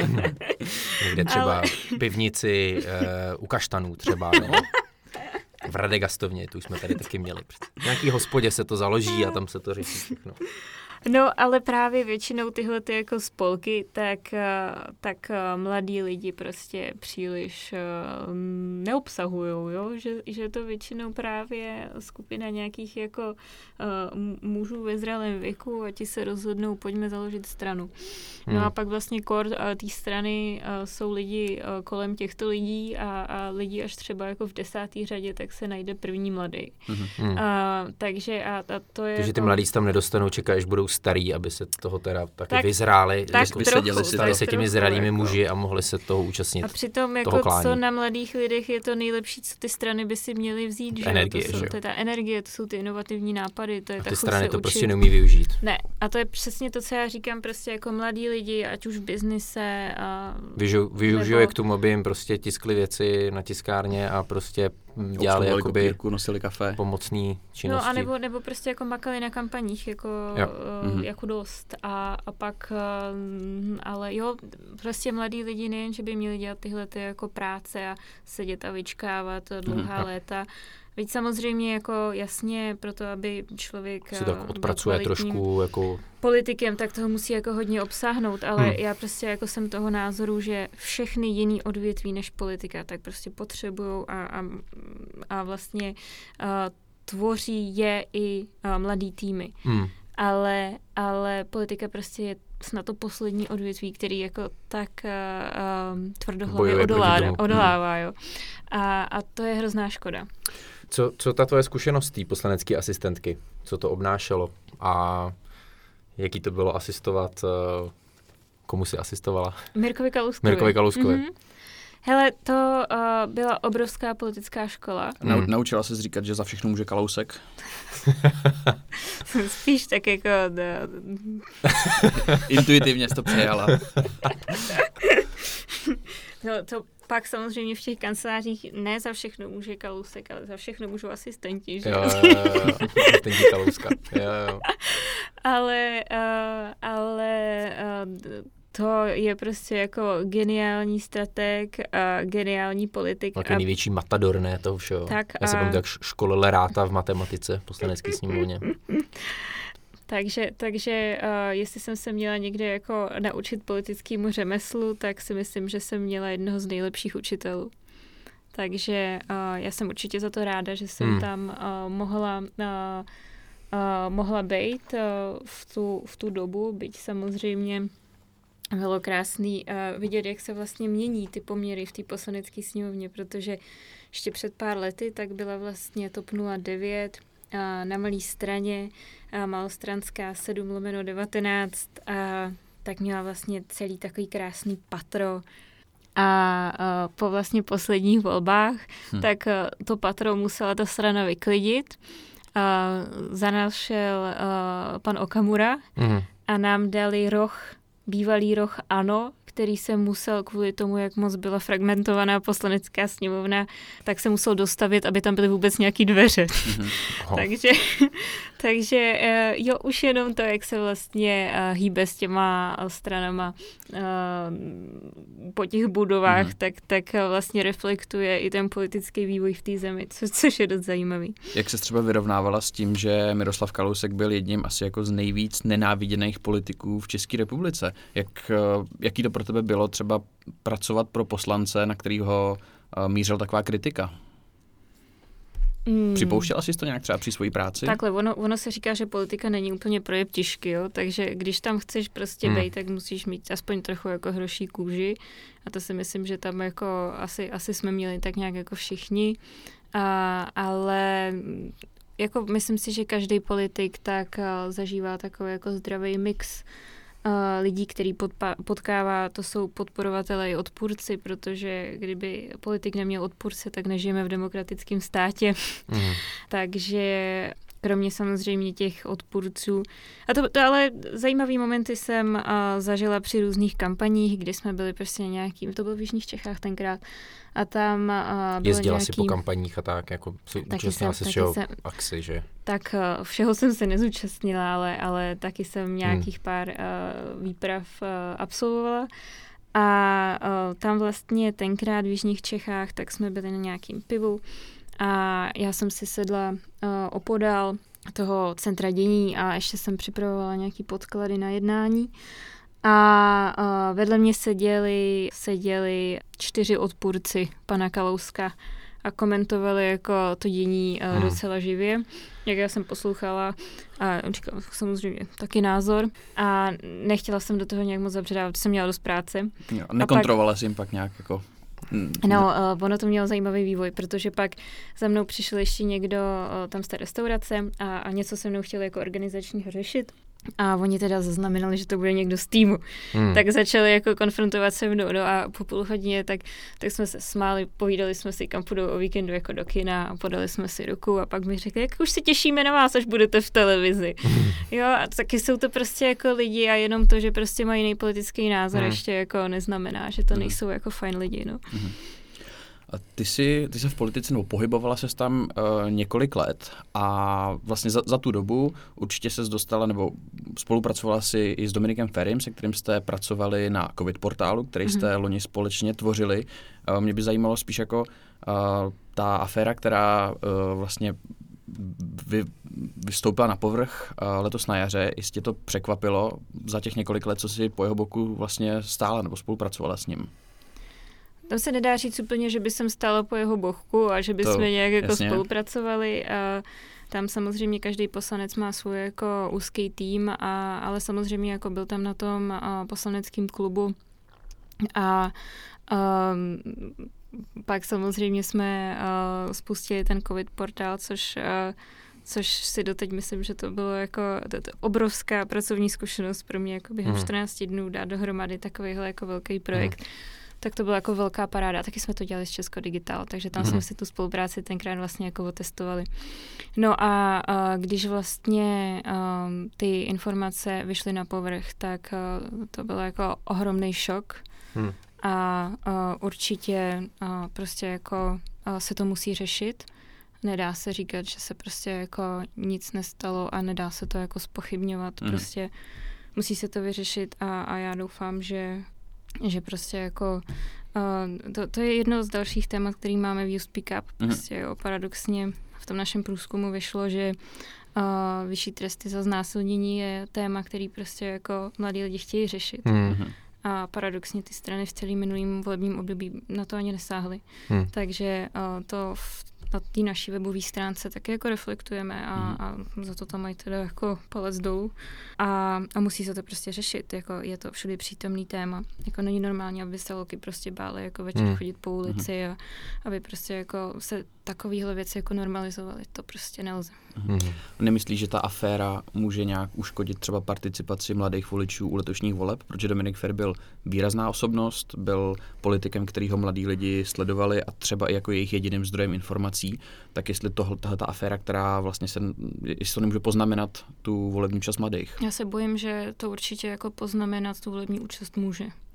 Někde třeba pivnici u kaštanů třeba, no. V Radegastovně, tu jsme tady taky měli. V nějaký hospodě se to založí a tam se to řeší všechno. No, ale právě většinou tyhle ty jako spolky, tak mladí lidi prostě příliš neobsahujou, jo? Že to většinou právě skupina nějakých jako mužů ve zralém věku a ti se rozhodnou, pojďme založit stranu. No a pak vlastně té strany jsou lidi kolem těchto lidí a lidi až třeba jako v 10. řadě, tak se najde první mladý. Takže a to je... Takže ty mladí se tam nedostanou, čekají, až budou starý, aby se toho teda taky vyzráli, stali se těmi zralými muži a mohli se toho účastnit. A přitom jako co na mladých lidech je to nejlepší, co ty strany by si měly vzít, že? To je ta energie, to jsou ty inovativní nápady, to je a ta ty chuť strany se to učit. prostě neumí využít. Ne, a to je přesně to, co já říkám prostě jako mladí lidi, ať už v biznise a... Využijou je k tomu, aby jim prostě tiskli věci na tiskárně a prostě dělali jakoby kopírku, nosili kafe. Pomocný činnosti. No a nebo prostě jako makali na kampaních jako dost a pak ale jo, prostě mladí lidi nejen, že by měli dělat tyhle ty jako práce a sedět a vyčkávat dlouhá léta. Veď samozřejmě jako jasně proto, aby člověk si tak odpracuje trošku jako politikem, tak toho musí jako hodně obsáhnout, ale já prostě jako jsem toho názoru, že všechny jiný odvětví než politika tak prostě potřebujou a vlastně tvoří je i mladý týmy. Ale politika prostě je snad to poslední odvětví, který jako tak tvrdohlavě odolává. Jo. A to je hrozná škoda. Co ta tvoje zkušenost té poslanecké asistentky? Co to obnášelo? A jaký to bylo asistovat? Komu jsi asistovala? Mirkovi Kalouskovi. Mm-hmm. Hele, to byla obrovská politická škola. Naučila se říkat, že za všechno může Kalousek? Spíš tak jako... Intuitivně jsi to přejala. No to pak samozřejmě v těch kancelářích ne za všechno může Kalousek, ale za všechno můžou asistenti, že? Jo. Asistenti Kalouska. Jo. Ale to je prostě jako geniální strateg a geniální politik. Takový největší matador, ne, toho všeho. Já se pamatuju, jak školil Ráta v matematice v poslanecké sněmovně. Takže jestli jsem se měla někde jako naučit politickému řemeslu, tak si myslím, že jsem měla jednoho z nejlepších učitelů. Takže já jsem určitě za to ráda, že jsem tam mohla být v tu dobu, byť samozřejmě bylo krásný vidět, jak se vlastně mění ty poměry v té poslanecké sněmovně, protože ještě před pár lety tak byla vlastně TOP 09 na malé straně, malostranská 7/19 a tak měla vlastně celý takový krásný patro. A po vlastně posledních volbách, tak to patro musela ta strana vyklidit. Za nás šel pan Okamura a nám dali bývalý roh ANO, který se musel kvůli tomu, jak moc byla fragmentovaná poslanecká sněmovna, tak se musel dostavit, aby tam byly vůbec nějaký dveře. Takže jo, už jenom to, jak se vlastně hýbe s těma stranama po těch budovách, tak vlastně reflektuje i ten politický vývoj v té zemi, což je dost zajímavý. Jak se třeba vyrovnávala s tím, že Miroslav Kalousek byl jedním asi jako z nejvíc nenáviděných politiků v České republice? Jaký to pro tebe bylo třeba pracovat pro poslance, na kterýho mířil taková kritika? Připouštěla jsi to nějak třeba při své práci? Takhle, ono se říká, že politika není úplně projev těžky, jo? Takže když tam chceš prostě být, tak musíš mít aspoň trochu jako hroší kůži a to si myslím, že tam jako asi jsme měli tak nějak jako všichni, ale jako myslím si, že každý politik tak zažívá takový jako zdravý mix lidí, který potkává, to jsou podporovatelé i odpůrci, protože kdyby politik neměl odpůrce, tak nežijeme v demokratickém státě. Takže kromě samozřejmě těch odpůrců. A to ale zajímavý momenty jsem zažila při různých kampaních, kdy jsme byli prostě nějakým, to bylo v Jižních Čechách tenkrát, a tam bylo jezdila nějaký... si po kampaních a tak, jako účastnila se všeho akci, že? Tak všeho jsem se nezúčastnila, ale taky jsem nějakých pár výprav absolvovala. A tam vlastně tenkrát v Jižních Čechách, tak jsme byli na nějakým pivu a já jsem si sedla opodál toho centra dění a ještě jsem připravovala nějaký podklady na jednání. A vedle mě seděli 4 odpůrci pana Kalouska a komentovali jako to dění docela živě. Jak já jsem poslouchala a říkala samozřejmě taky názor a nechtěla jsem do toho nějak moc zabředávat, jsem měla dost práce. Jo, nekontrolovala jsi jim pak nějak jako... No, ono to mělo zajímavý vývoj, protože pak za mnou přišel ještě někdo tam z té restaurace a něco se mnou chtěli jako organizačního řešit. A oni teda zaznamenali, že to bude někdo z týmu. Tak začali jako konfrontovat se mnou. No a po půl hodině tak jsme se smáli, povídali jsme si, kam půjdou o víkendu jako do kina a podali jsme si ruku a pak mi řekli, jak už se těšíme na vás, až budete v televizi. Jo, a taky jsou to prostě jako lidi a jenom to, že prostě mají jiný politický názor, ještě jako neznamená, že to nejsou jako fajn lidi, no. A ty se v politice pohybovala ses tam několik let a vlastně za tu dobu určitě ses dostala nebo spolupracovala si i s Dominikem Ferim, se kterým jste pracovali na COVID portálu, který jste loni společně tvořili. Mě by zajímalo spíš jako ta aféra, která vlastně vystoupila na povrch letos na jaře. Jistě to překvapilo za těch několik let, co si po jeho boku vlastně stála nebo spolupracovala s ním. Tam se nedá říct úplně, že by jsem stála po jeho boku a že by jsme nějak jako spolupracovali. A tam samozřejmě každý poslanec má svůj jako úzký tým, ale samozřejmě jako byl tam na tom poslaneckým klubu a pak samozřejmě jsme spustili ten COVID portál, což si doteď myslím, že to bylo jako obrovská pracovní zkušenost pro mě, jako během 14 dnů dát dohromady takovýhle jako velký projekt. Tak to byla jako velká paráda. Taky jsme to dělali s Česko Digital, takže tam jsme si tu spolupráci tenkrát vlastně jako otestovali. No a když vlastně ty informace vyšly na povrch, tak to byl jako ohromný šok. A určitě prostě jako se to musí řešit. Nedá se říkat, že se prostě jako nic nestalo a nedá se to jako zpochybňovat. Prostě musí se to vyřešit a já doufám, že prostě jako to je jedno z dalších témat, který máme v You Speak Up. Prostě jo, paradoxně v tom našem průzkumu vyšlo, že vyšší tresty za znásilnění je téma, který prostě jako mladí lidi chtějí řešit. A paradoxně ty strany v celém minulým volebním období na to ani nesáhly. Takže to na té naší webové stránce taky jako reflektujeme a za to tam mají teda jako palec dolů. A musí se to prostě řešit, jako je to všude přítomný téma. Jako není normální, aby se holky prostě bály jako večer chodit po ulici a aby prostě jako se takovýhle věci jako normalizovaly. To prostě nelze. Nemyslíš, že ta aféra může nějak uškodit třeba participaci mladých voličů u letošních voleb? Protože Dominik Feri byl výrazná osobnost, byl politikem, kterýho mladí lidi sledovali a třeba i jako jejich jediným zdrojem informací, tak jestli tahleta aféra, která vlastně jestli to nemůže poznamenat tu volební účast mladých? Já se bojím, že to určitě jako poznamenat tu volební účast může.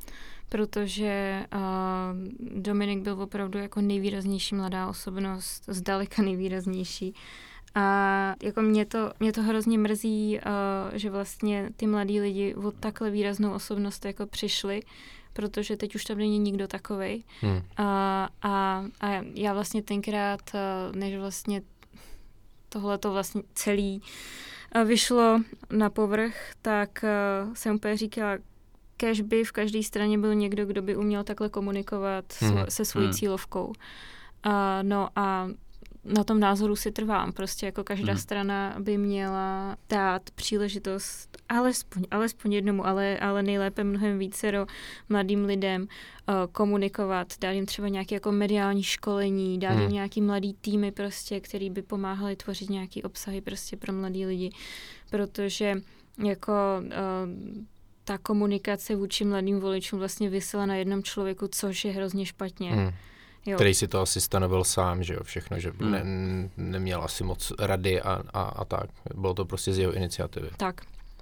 protože Dominik byl opravdu jako nejvýraznější mladá osobnost, zdaleka nejvýraznější. A jako mě to hrozně mrzí, že vlastně ty mladí lidi od takhle výraznou osobnost jako přišli, protože teď už tam není nikdo takovej. A já vlastně tenkrát, než vlastně tohleto vlastně celý vyšlo na povrch, tak jsem úplně říkala, kéž by v každé straně byl někdo, kdo by uměl takhle komunikovat se svojí cílovkou. No a na tom názoru si trvám. Prostě jako každá strana by měla dát příležitost alespoň jednomu, ale nejlépe mnohem vícero mladým lidem komunikovat, dát jim třeba nějaké jako mediální školení, dát jim nějaký mladý týmy prostě, který by pomáhali tvořit nějaký obsahy prostě pro mladý lidi. Protože jako ta komunikace vůči mladým voličům vlastně visela na jednom člověku, což je hrozně špatně. Jo. Který si to asi stanovil sám, že jo, všechno, že neměl asi moc rady a tak. Bylo to prostě z jeho iniciativy. Tak.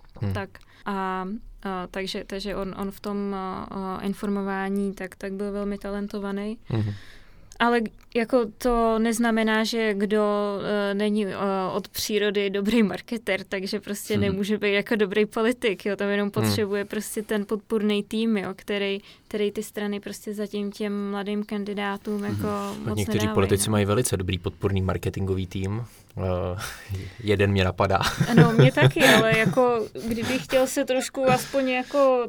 Takže on v tom informování tak byl velmi talentovaný. Ale jako to neznamená, že kdo není od přírody dobrý marketer, takže prostě nemůže být jako dobrý politik, jo, tam jenom potřebuje prostě ten podpůrný tým, jo, který ty strany prostě zatím těm mladým kandidátům jako moc někteří nedávají. politici mají velice dobrý podpůrný marketingový tým. Jeden mě napadá. Ano, mě taky, ale jako kdybych chtěl se trošku aspoň jako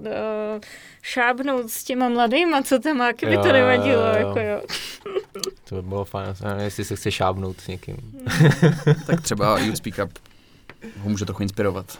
šábnout s těma mladýma, co tam má, kdyby to nevadilo, jako jo. To by bylo fajn, jestli se chce šábnout s někým. Tak třeba Youth Speak Up ho může trochu inspirovat.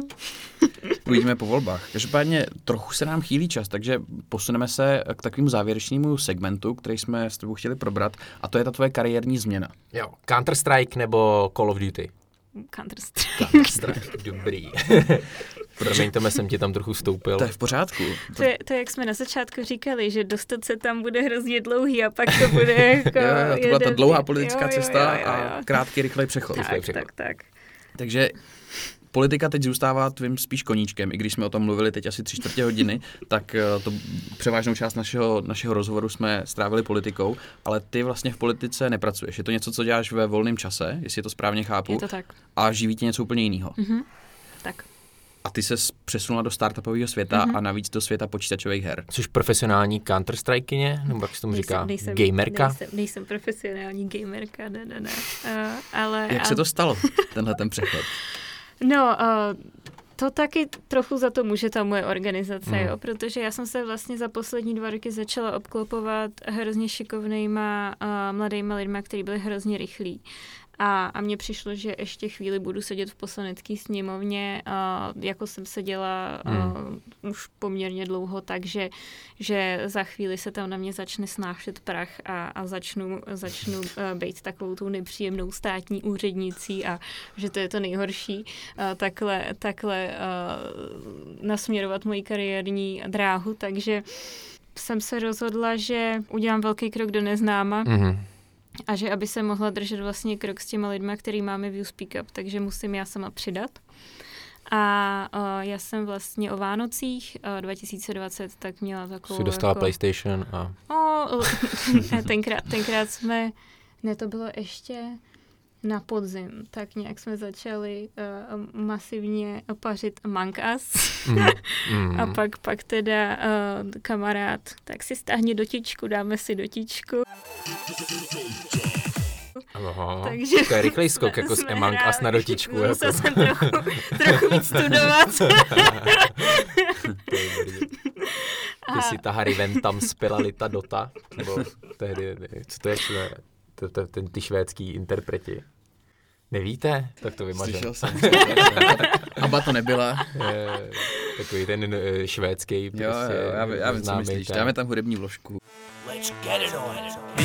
Uvidíme po volbách. Každopádně trochu se nám chýlí čas, takže posuneme se k takovému závěrečnému segmentu, který jsme s tebou chtěli probrat, a to je ta tvoje kariérní změna. Jo, Counter-Strike nebo Call of Duty? Counter-Strike. Dobrý. Promiňte, jsem ti tam trochu vstoupil. To je v pořádku. To je, jak jsme na začátku říkali, že dostat se tam bude hrozně dlouhý a pak to bude jako... to byla ta dlouhá politická cesta a krátký, rychlej přechod. Tak. Takže politika teď zůstává tvým spíš koníčkem, i když jsme o tom mluvili teď asi 3/4 hodiny, tak to převážnou část našeho rozhovoru jsme strávili politikou, ale ty vlastně v politice nepracuješ. Je to něco, co děláš ve volném čase, jestli to správně chápu. Je to tak. A živí tě něco úplně jiného. Tak. A ty se přesunula do startupového světa a navíc do světa počítačových her. Což profesionální Counter-Strikekyně, nebo jak se tomu říká, gamerka? Nejsem profesionální gamerka, ne. Ale, jak se to stalo, tenhle ten přechod? No, to taky trochu za to může ta moje organizace, jo, protože já jsem se vlastně za poslední 2 roky začala obklopovat hrozně šikovnýma mladýma lidma, kteří byli hrozně rychlí. A mně přišlo, že ještě chvíli budu sedět v poslanecké sněmovně, jako jsem seděla už poměrně dlouho, takže že za chvíli se tam na mě začne snášet prach a začnu být takovou tou nepříjemnou státní úřednicí a že to je to nejhorší, takhle nasměrovat moji kariérní dráhu, takže jsem se rozhodla, že udělám velký krok do neznáma. A že aby se mohla držet vlastně krok s těma lidma, který máme v Youth Speak Up, takže musím já sama přidat. A já jsem vlastně o Vánocích 2020 tak měla takovou... Jsi dostala jako... PlayStation a... tenkrát jsme... Ne, to bylo ještě na podzim, tak nějak jsme začali masivně pařit Among Us. A pak teda kamarád, tak si stáhni dotičku, dáme si dotičku. Aha, takže to je rychlej skok, jako z Among Us na dotičku. Musel jsem trochu víc studovat. Ty si ta Harry Ven tam spila Lita Dota, nebo tehdy, co to je, ty švédský interpreti. Nevíte? Tak to vymažem. Slyšel jsem. Aba to nebyla. Takový ten švédský. Jo, já vím, co myslíš. Dáme tam hudební vložku. Let's get it on.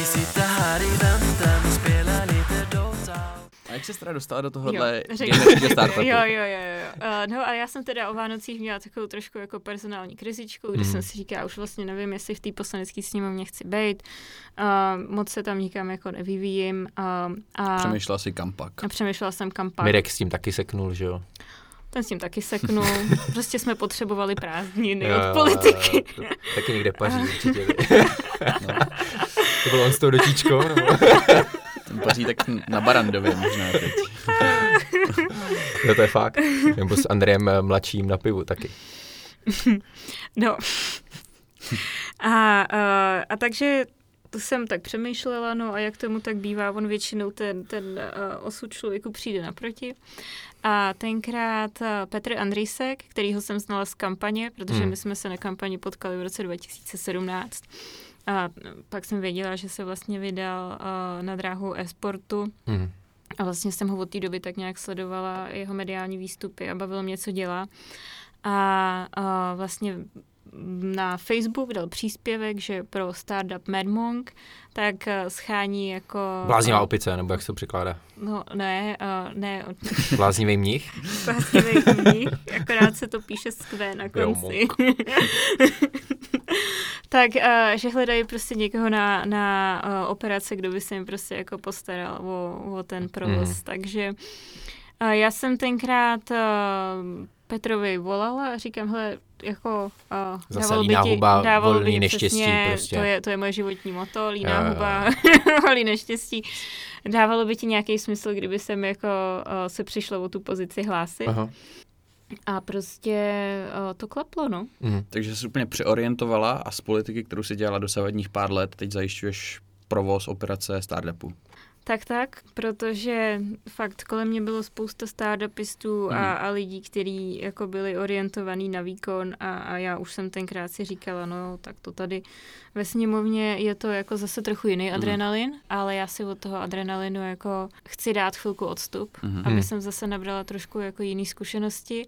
A jak se teda dostala do tohohle gamerského startupu? Jo. No a já jsem teda o Vánocích měla takovou trošku jako personální krizičku, kdy jsem si říkala, už vlastně nevím, jestli v té poslanecké sněmovně chci být. Moc se tam nikam jako nevyvíjím. Přemýšlela jsi kam pak? Přemýšlela jsem kam pak. Mirek s tím taky seknul, že jo? ten s tím taky seknul. Prostě jsme potřebovali prázdniny od politiky. Taky někde paří určitě. No. To bylo on s tou dotíčkou? Ten paří tak na Barandově možná teď. No to je fakt. Nebo s Andrejem mladším na pivu taky. No. A takže to jsem tak přemýšlela, no a jak tomu tak bývá, on většinou ten osud člověku přijde naproti. A tenkrát Petr Andrýsek, kterýho jsem znala z kampaně, protože my jsme se na kampani potkali v roce 2017. A pak jsem věděla, že se vlastně vydal na dráhu e-sportu. A vlastně jsem ho od té doby tak nějak sledovala, jeho mediální výstupy a bavilo mě, co dělá. A vlastně na Facebook dal příspěvek, že pro startup Medmonk tak schání jako... Bláznivá opice, nebo jak se to překládá? No ne. Bláznivý mních? Bláznivý mních, akorát se to píše s Q na konci. Tak, že hledají prostě někoho na operace, kdo by se jim prostě jako postaral o ten provoz. Takže já jsem tenkrát Petrovi volala a říkám, hele, jako dávalo by ti neštěstí přesně, prostě. To je moje životní motto, líná huba, holí neštěstí. Dávalo by ti nějaký smysl, kdyby jsem jako se přišlo o tu pozici hlásit. Aha. A prostě to klaplo, no. Takže jsi úplně přeorientovala a z politiky, kterou si dělala dosavadních pár let, teď zajišťuješ provoz operace startupu. Tak, protože fakt kolem mě bylo spousta startupistů a lidí, kteří jako byli orientovaní na výkon a já už jsem tenkrát si říkala, no tak to tady ve sněmovně je to jako zase trochu jiný adrenalin, ale já si od toho adrenalinu jako chci dát chvilku odstup, aby jsem zase nabrala trošku jako jiný zkušenosti.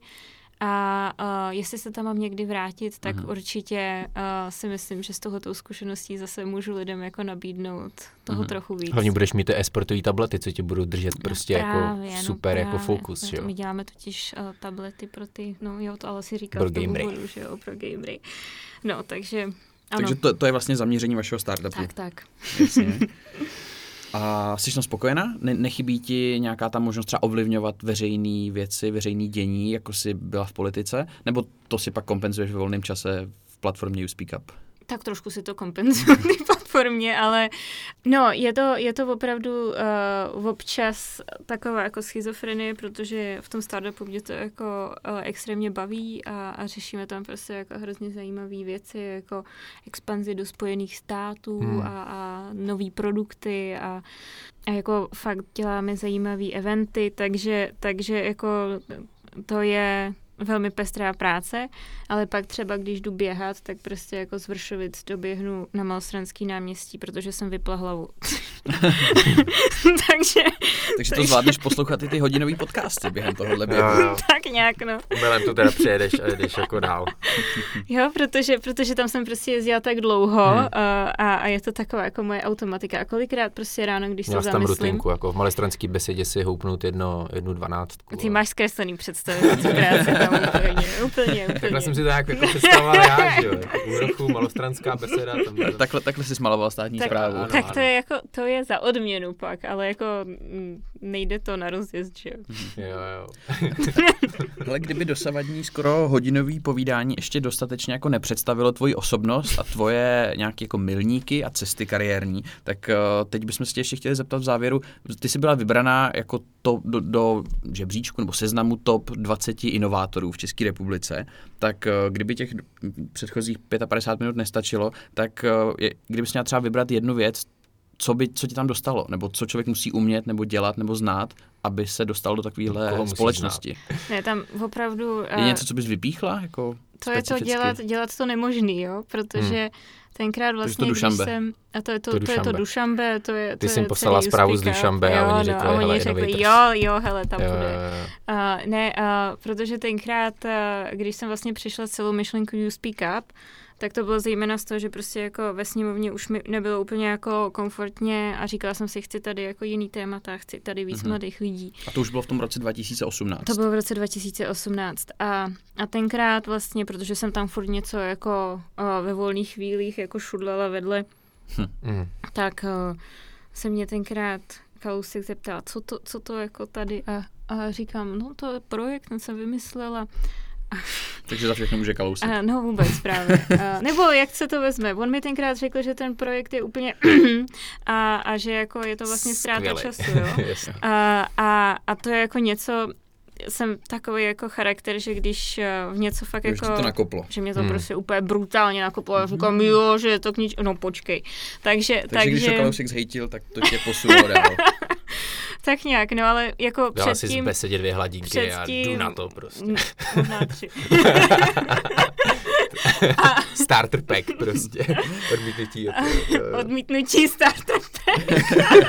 A jestli se tam mám někdy vrátit, tak určitě si myslím, že s tohoto zkušeností zase můžu lidem jako nabídnout toho trochu víc. Hlavně budeš mít ty e-sportové tablety, co ti budou držet prostě právě, jako super jako fokus. Jo? My děláme totiž tablety pro ty, no jo, to ale si říkal v tom úvodu, že jo, pro gamery. No, takže ano. Takže to je vlastně zaměření vašeho startupu. Tak. Jasně. A jsi tam spokojená? Nechybí ti nějaká ta možnost třeba ovlivňovat veřejné věci, veřejné dění, jako jsi byla v politice? Nebo to si pak kompenzuješ ve volném čase v platformě You Speak Up? Tak trošku si to kompenzuju v té platformě, ale no, je to opravdu občas taková jako schizofrenie, protože v tom startupu mě to jako extrémně baví a řešíme tam prostě jako hrozně zajímavé věci, jako expanzi do Spojených států a nový produkty a jako fakt děláme zajímavé eventy, takže jako to je velmi pestrá práce, ale pak třeba, když jdu běhat, tak prostě jako z Vršovic doběhnu na Malostranský náměstí, protože jsem vypla hlavu. Takže to zvládneš poslouchat i ty hodinový podcasty během tohohle běhu. Tak nějak, no. Umělem to teda přejedeš a jdeš jako dál. Jo, protože tam jsem prostě jezdila tak dlouho a je to taková jako moje automatika. A kolikrát prostě ráno, když se zamyslím. Měla tam rutinku, jako v Malostranský besedě si houpnout jednu 12. Ty máš zkreslený představy, co práce tam úplně. Takhle jsem si to jako představoval já, že jo. Úrochu, Malostranská beseda. Takhle jsi smaloval státní správu. Tak to je jako, to je za odměnu pak, ale jako nejde to na rozjezd, že jo. Jo. Ale kdyby dosavadní skoro hodinový povídání ještě dostatečně jako nepředstavilo tvoji osobnost a tvoje nějaké jako milníky a cesty kariérní, tak teď bychom se tě ještě chtěli zeptat v závěru. Ty jsi byla vybraná jako do žebříčku nebo seznamu top 20 inovátorů v České republice, tak kdyby těch předchozích 55 minut nestačilo, tak kdybys měla třeba vybrat jednu věc, co tě tam dostalo, nebo co člověk musí umět, nebo dělat, nebo znát, aby se dostal do takovéhle společnosti. Ne, tam opravdu... Je něco, co bys vypíchla? Jako to je to dělat to nemožný, jo, protože tenkrát vlastně, když jsem... A to je to Dušanbe, to je... Ty jsi jim poslala zprávu z Dušanbe a oni řekli, hele, tam bude. Protože tenkrát, když jsem vlastně přišla celou myšlenku You Speak Up, tak to bylo zejména z toho, že prostě jako ve sněmovně už mi nebylo úplně jako komfortně a říkala jsem si, chci tady jako jiný témata, chci tady víc mladých lidí. A to už bylo v tom roce 2018. To bylo v roce 2018 a tenkrát vlastně, protože jsem tam furt něco jako ve volných chvílích jako šudlala vedle, tak se mě tenkrát Kalousek zeptal, co to jako tady A říkám, no to je projekt, ten jsem vymyslela. Takže za všechno může Kalousek. No vůbec právě. Nebo jak se to vezme. On mi tenkrát řekl, že ten projekt je úplně a že jako je to vlastně ztráta času. Jo? a to je jako něco, jsem takový jako charakter, že když v něco fakt jako... Že to nakoplo. Že mě to prostě úplně brutálně nakoplo. Já říkám, jo, že je to k ničemu. No počkej. Takže když to Kalousek zhejtil, tak to tě posunulo dál. Tak nějak, no ale jako dala předtím... Dala si z besedě 2 hladinky a jdu na to prostě. Možná 3. Starter pack prostě. Odmítnutí. Odmítnutí starter pack.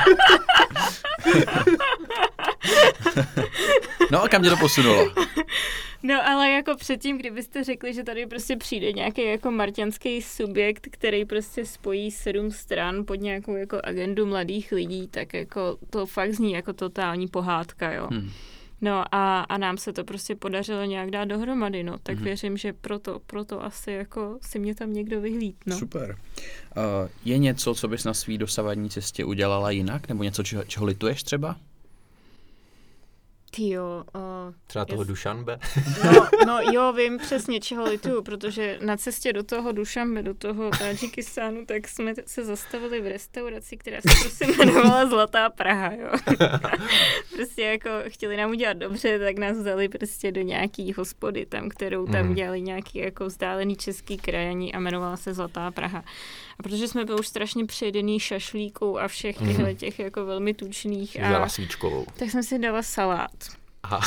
No a kam tě to posunulo? No ale jako předtím, kdybyste řekli, že tady prostě přijde nějaký jako marťanský subjekt, který prostě spojí 7 stran pod nějakou jako agendu mladých lidí, tak jako to fakt zní jako totální pohádka, jo. No a nám se to prostě podařilo nějak dát dohromady, no. Tak věřím, že proto asi jako si mě tam někdo vyhlíd, no. Super. Je něco, co bys na svý dosavadní cestě udělala jinak? Nebo něco, čeho lituješ třeba? Tyjo. Třeba toho Dušanbe? No jo, vím přesně, čeho lituju, protože na cestě do toho Dušanbe, do toho Tadžikistánu, tak jsme se zastavili v restauraci, která se prostě jmenovala Zlatá Praha, jo. Prostě jako chtěli nám udělat dobře, tak nás vzali prostě do nějaký hospody tam, kterou tam dělali nějaký jako vzdálený český krajani a jmenovala se Zlatá Praha. A protože jsme byli už strašně přejedený šašlíků a všech těch jako velmi tučných. Dala svíčkovou. Tak jsem si dala salát. Aha.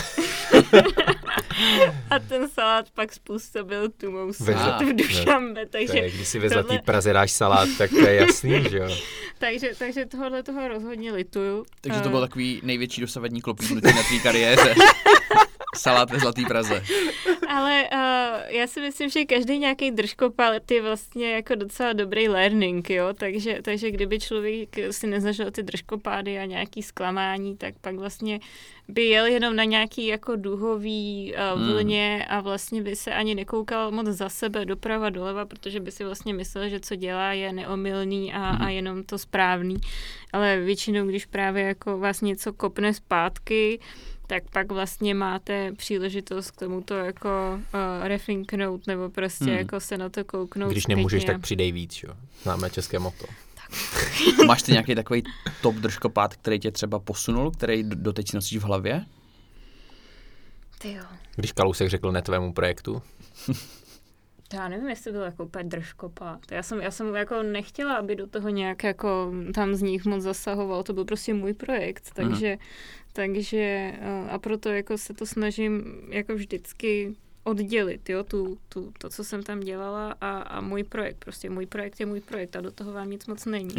A ten salát pak způsobil tu mou smrt v Dušanbe. Takže když si ve Zlatý Praze dáš salát, tak to je jasný, že jo? takže tohohle toho rozhodně lituju. Takže to byl takový největší dosavadní klopítnutí na tvý kariéře. Salát ve Zlatý Praze. Ale já si myslím, že každý nějaký držkopád je vlastně jako docela dobrý learning, jo, takže kdyby člověk si nezažil ty držkopády a nějaký zklamání, tak pak vlastně by jel jenom na nějaký jako duhový vlně a vlastně by se ani nekoukal moc za sebe doprava doleva, protože by si vlastně myslel, že co dělá je neomylný a jenom to správný. Ale většinou, když právě jako vás něco kopne zpátky, tak pak vlastně máte příležitost k tomuto jako refinknout nebo prostě jako se na to kouknout. Když nemůžeš, tak přidej víc, jo. Známe české motto. Máš ty nějaký takový top držkopád, který tě třeba posunul, který doteď nosíš v hlavě? Ty jo. Když Kalousek řekl ne tvému projektu? Já nevím, jestli byl jako úplně držkopád. Já jsem jako nechtěla, aby do toho nějak jako tam z nich moc zasahoval. To byl prostě můj projekt, takže a proto jako se to snažím jako vždycky oddělit, jo, to, co jsem tam dělala a můj projekt. Prostě můj projekt je můj projekt a do toho vám nic moc není.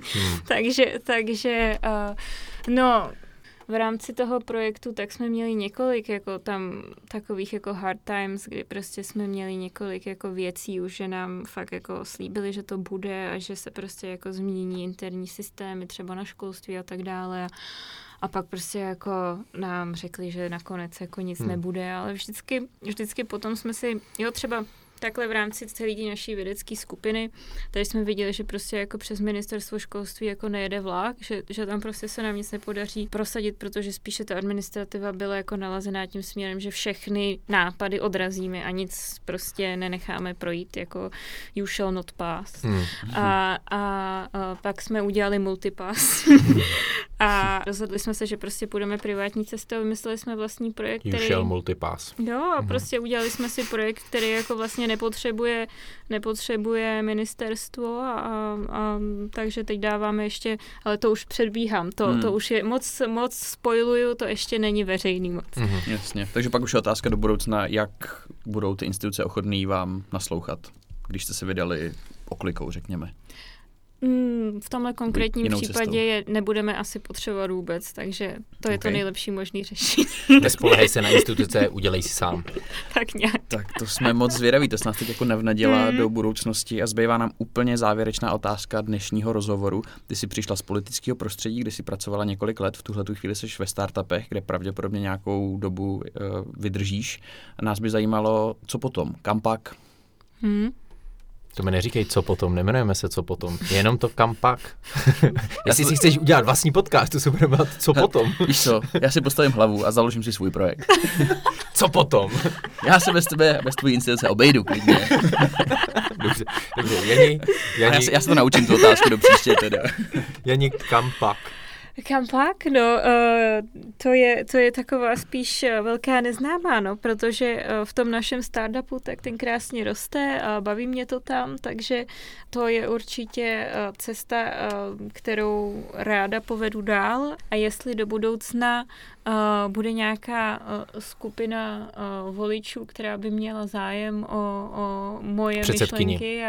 takže no, v rámci toho projektu tak jsme měli několik jako tam takových jako hard times, kdy prostě jsme měli několik jako věcí už, že nám fakt jako slíbili, že to bude a že se prostě jako změní interní systémy třeba na školství a tak dále a pak prostě jako nám řekli, že nakonec jako nic nebude, ale vždycky potom jsme si, jo, třeba takhle v rámci celé naší vědecké skupiny, tady jsme viděli, že prostě jako přes ministerstvo školství jako nejede vlak, že tam prostě se nám nic nepodaří prosadit, protože spíše ta administrativa byla jako nalazená tím směrem, že všechny nápady odrazíme a nic prostě nenecháme projít, jako you shall not pass. A pak jsme udělali multipass a rozhodli jsme se, že prostě půjdeme privátní cestou, vymysleli jsme vlastní projekt, You shall multipass. Jo, a prostě udělali jsme si projekt, který jako vlastně nepotřebuje ministerstvo a takže teď dáváme ještě, ale to už předbíhám, to už je moc spoiluju, to ještě není veřejný moc. Jasně, takže pak už je otázka do budoucna, jak budou ty instituce ochotný vám naslouchat, když jste se vydali oklikou, řekněme. V tomhle konkrétním případě nebudeme asi potřebovat vůbec, takže to je to nejlepší možný řešení. Nespolehej se na instituce, udělej si sám. Tak nějak. Tak to jsme moc zvědaví, to se nás teď jako navnaděla do budoucnosti a zbývá nám úplně závěrečná otázka dnešního rozhovoru. Ty jsi přišla z politického prostředí, kde jsi pracovala několik let, v tuhletu chvíli jsi ve startupech, kde pravděpodobně nějakou dobu vydržíš. A nás by zajímalo, co potom, kam pak? To mi neříkej, co potom, nemenujeme se co potom, jenom to kam pak. Jestli si chceš udělat vlastní podcast, to se bude bát co potom. Víš co, já si postavím hlavu a založím si svůj projekt. Co potom? Já se bez tvojí instituce obejdu klidně. Dobře, Jani. Já se to naučím tu otázku do příště teda. Jani, kam pak? Kam pak? No, to je taková spíš velká neznámá, no, protože v tom našem startupu tak ten krásně roste a baví mě to tam, takže to je určitě cesta, kterou ráda povedu dál a jestli do budoucna bude nějaká skupina voličů, která by měla zájem o moje myšlenky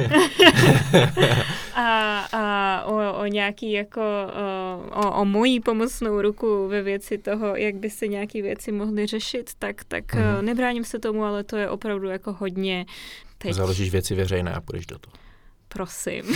a o nějaký jako o moji pomocnou ruku ve věci toho, jak by se nějaké věci mohly řešit, tak nebráním se tomu, ale to je opravdu jako hodně teď. Založíš věci veřejné a půjdeš do toho. Prosím.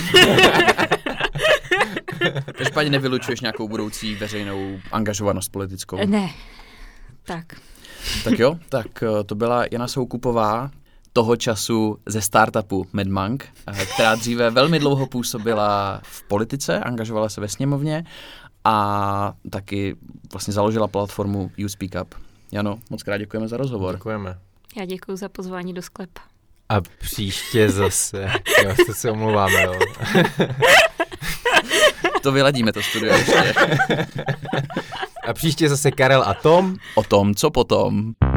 Každopádně nevylučuješ nějakou budoucí veřejnou angažovanost politickou? Ne. Tak. Tak jo, tak to byla Jana Soukupová, toho času ze startupu MedMonk, která dříve velmi dlouho působila v politice, angažovala se ve sněmovně a taky vlastně založila platformu You Speak Up. Jano, moc krát děkujeme za rozhovor. Děkujeme. Já děkuji za pozvání do sklepa. A příště zase. Jo, to se omlouváme, jo. To vyladíme, to studio ještě. A příště zase Karel a Tom. O tom, co potom.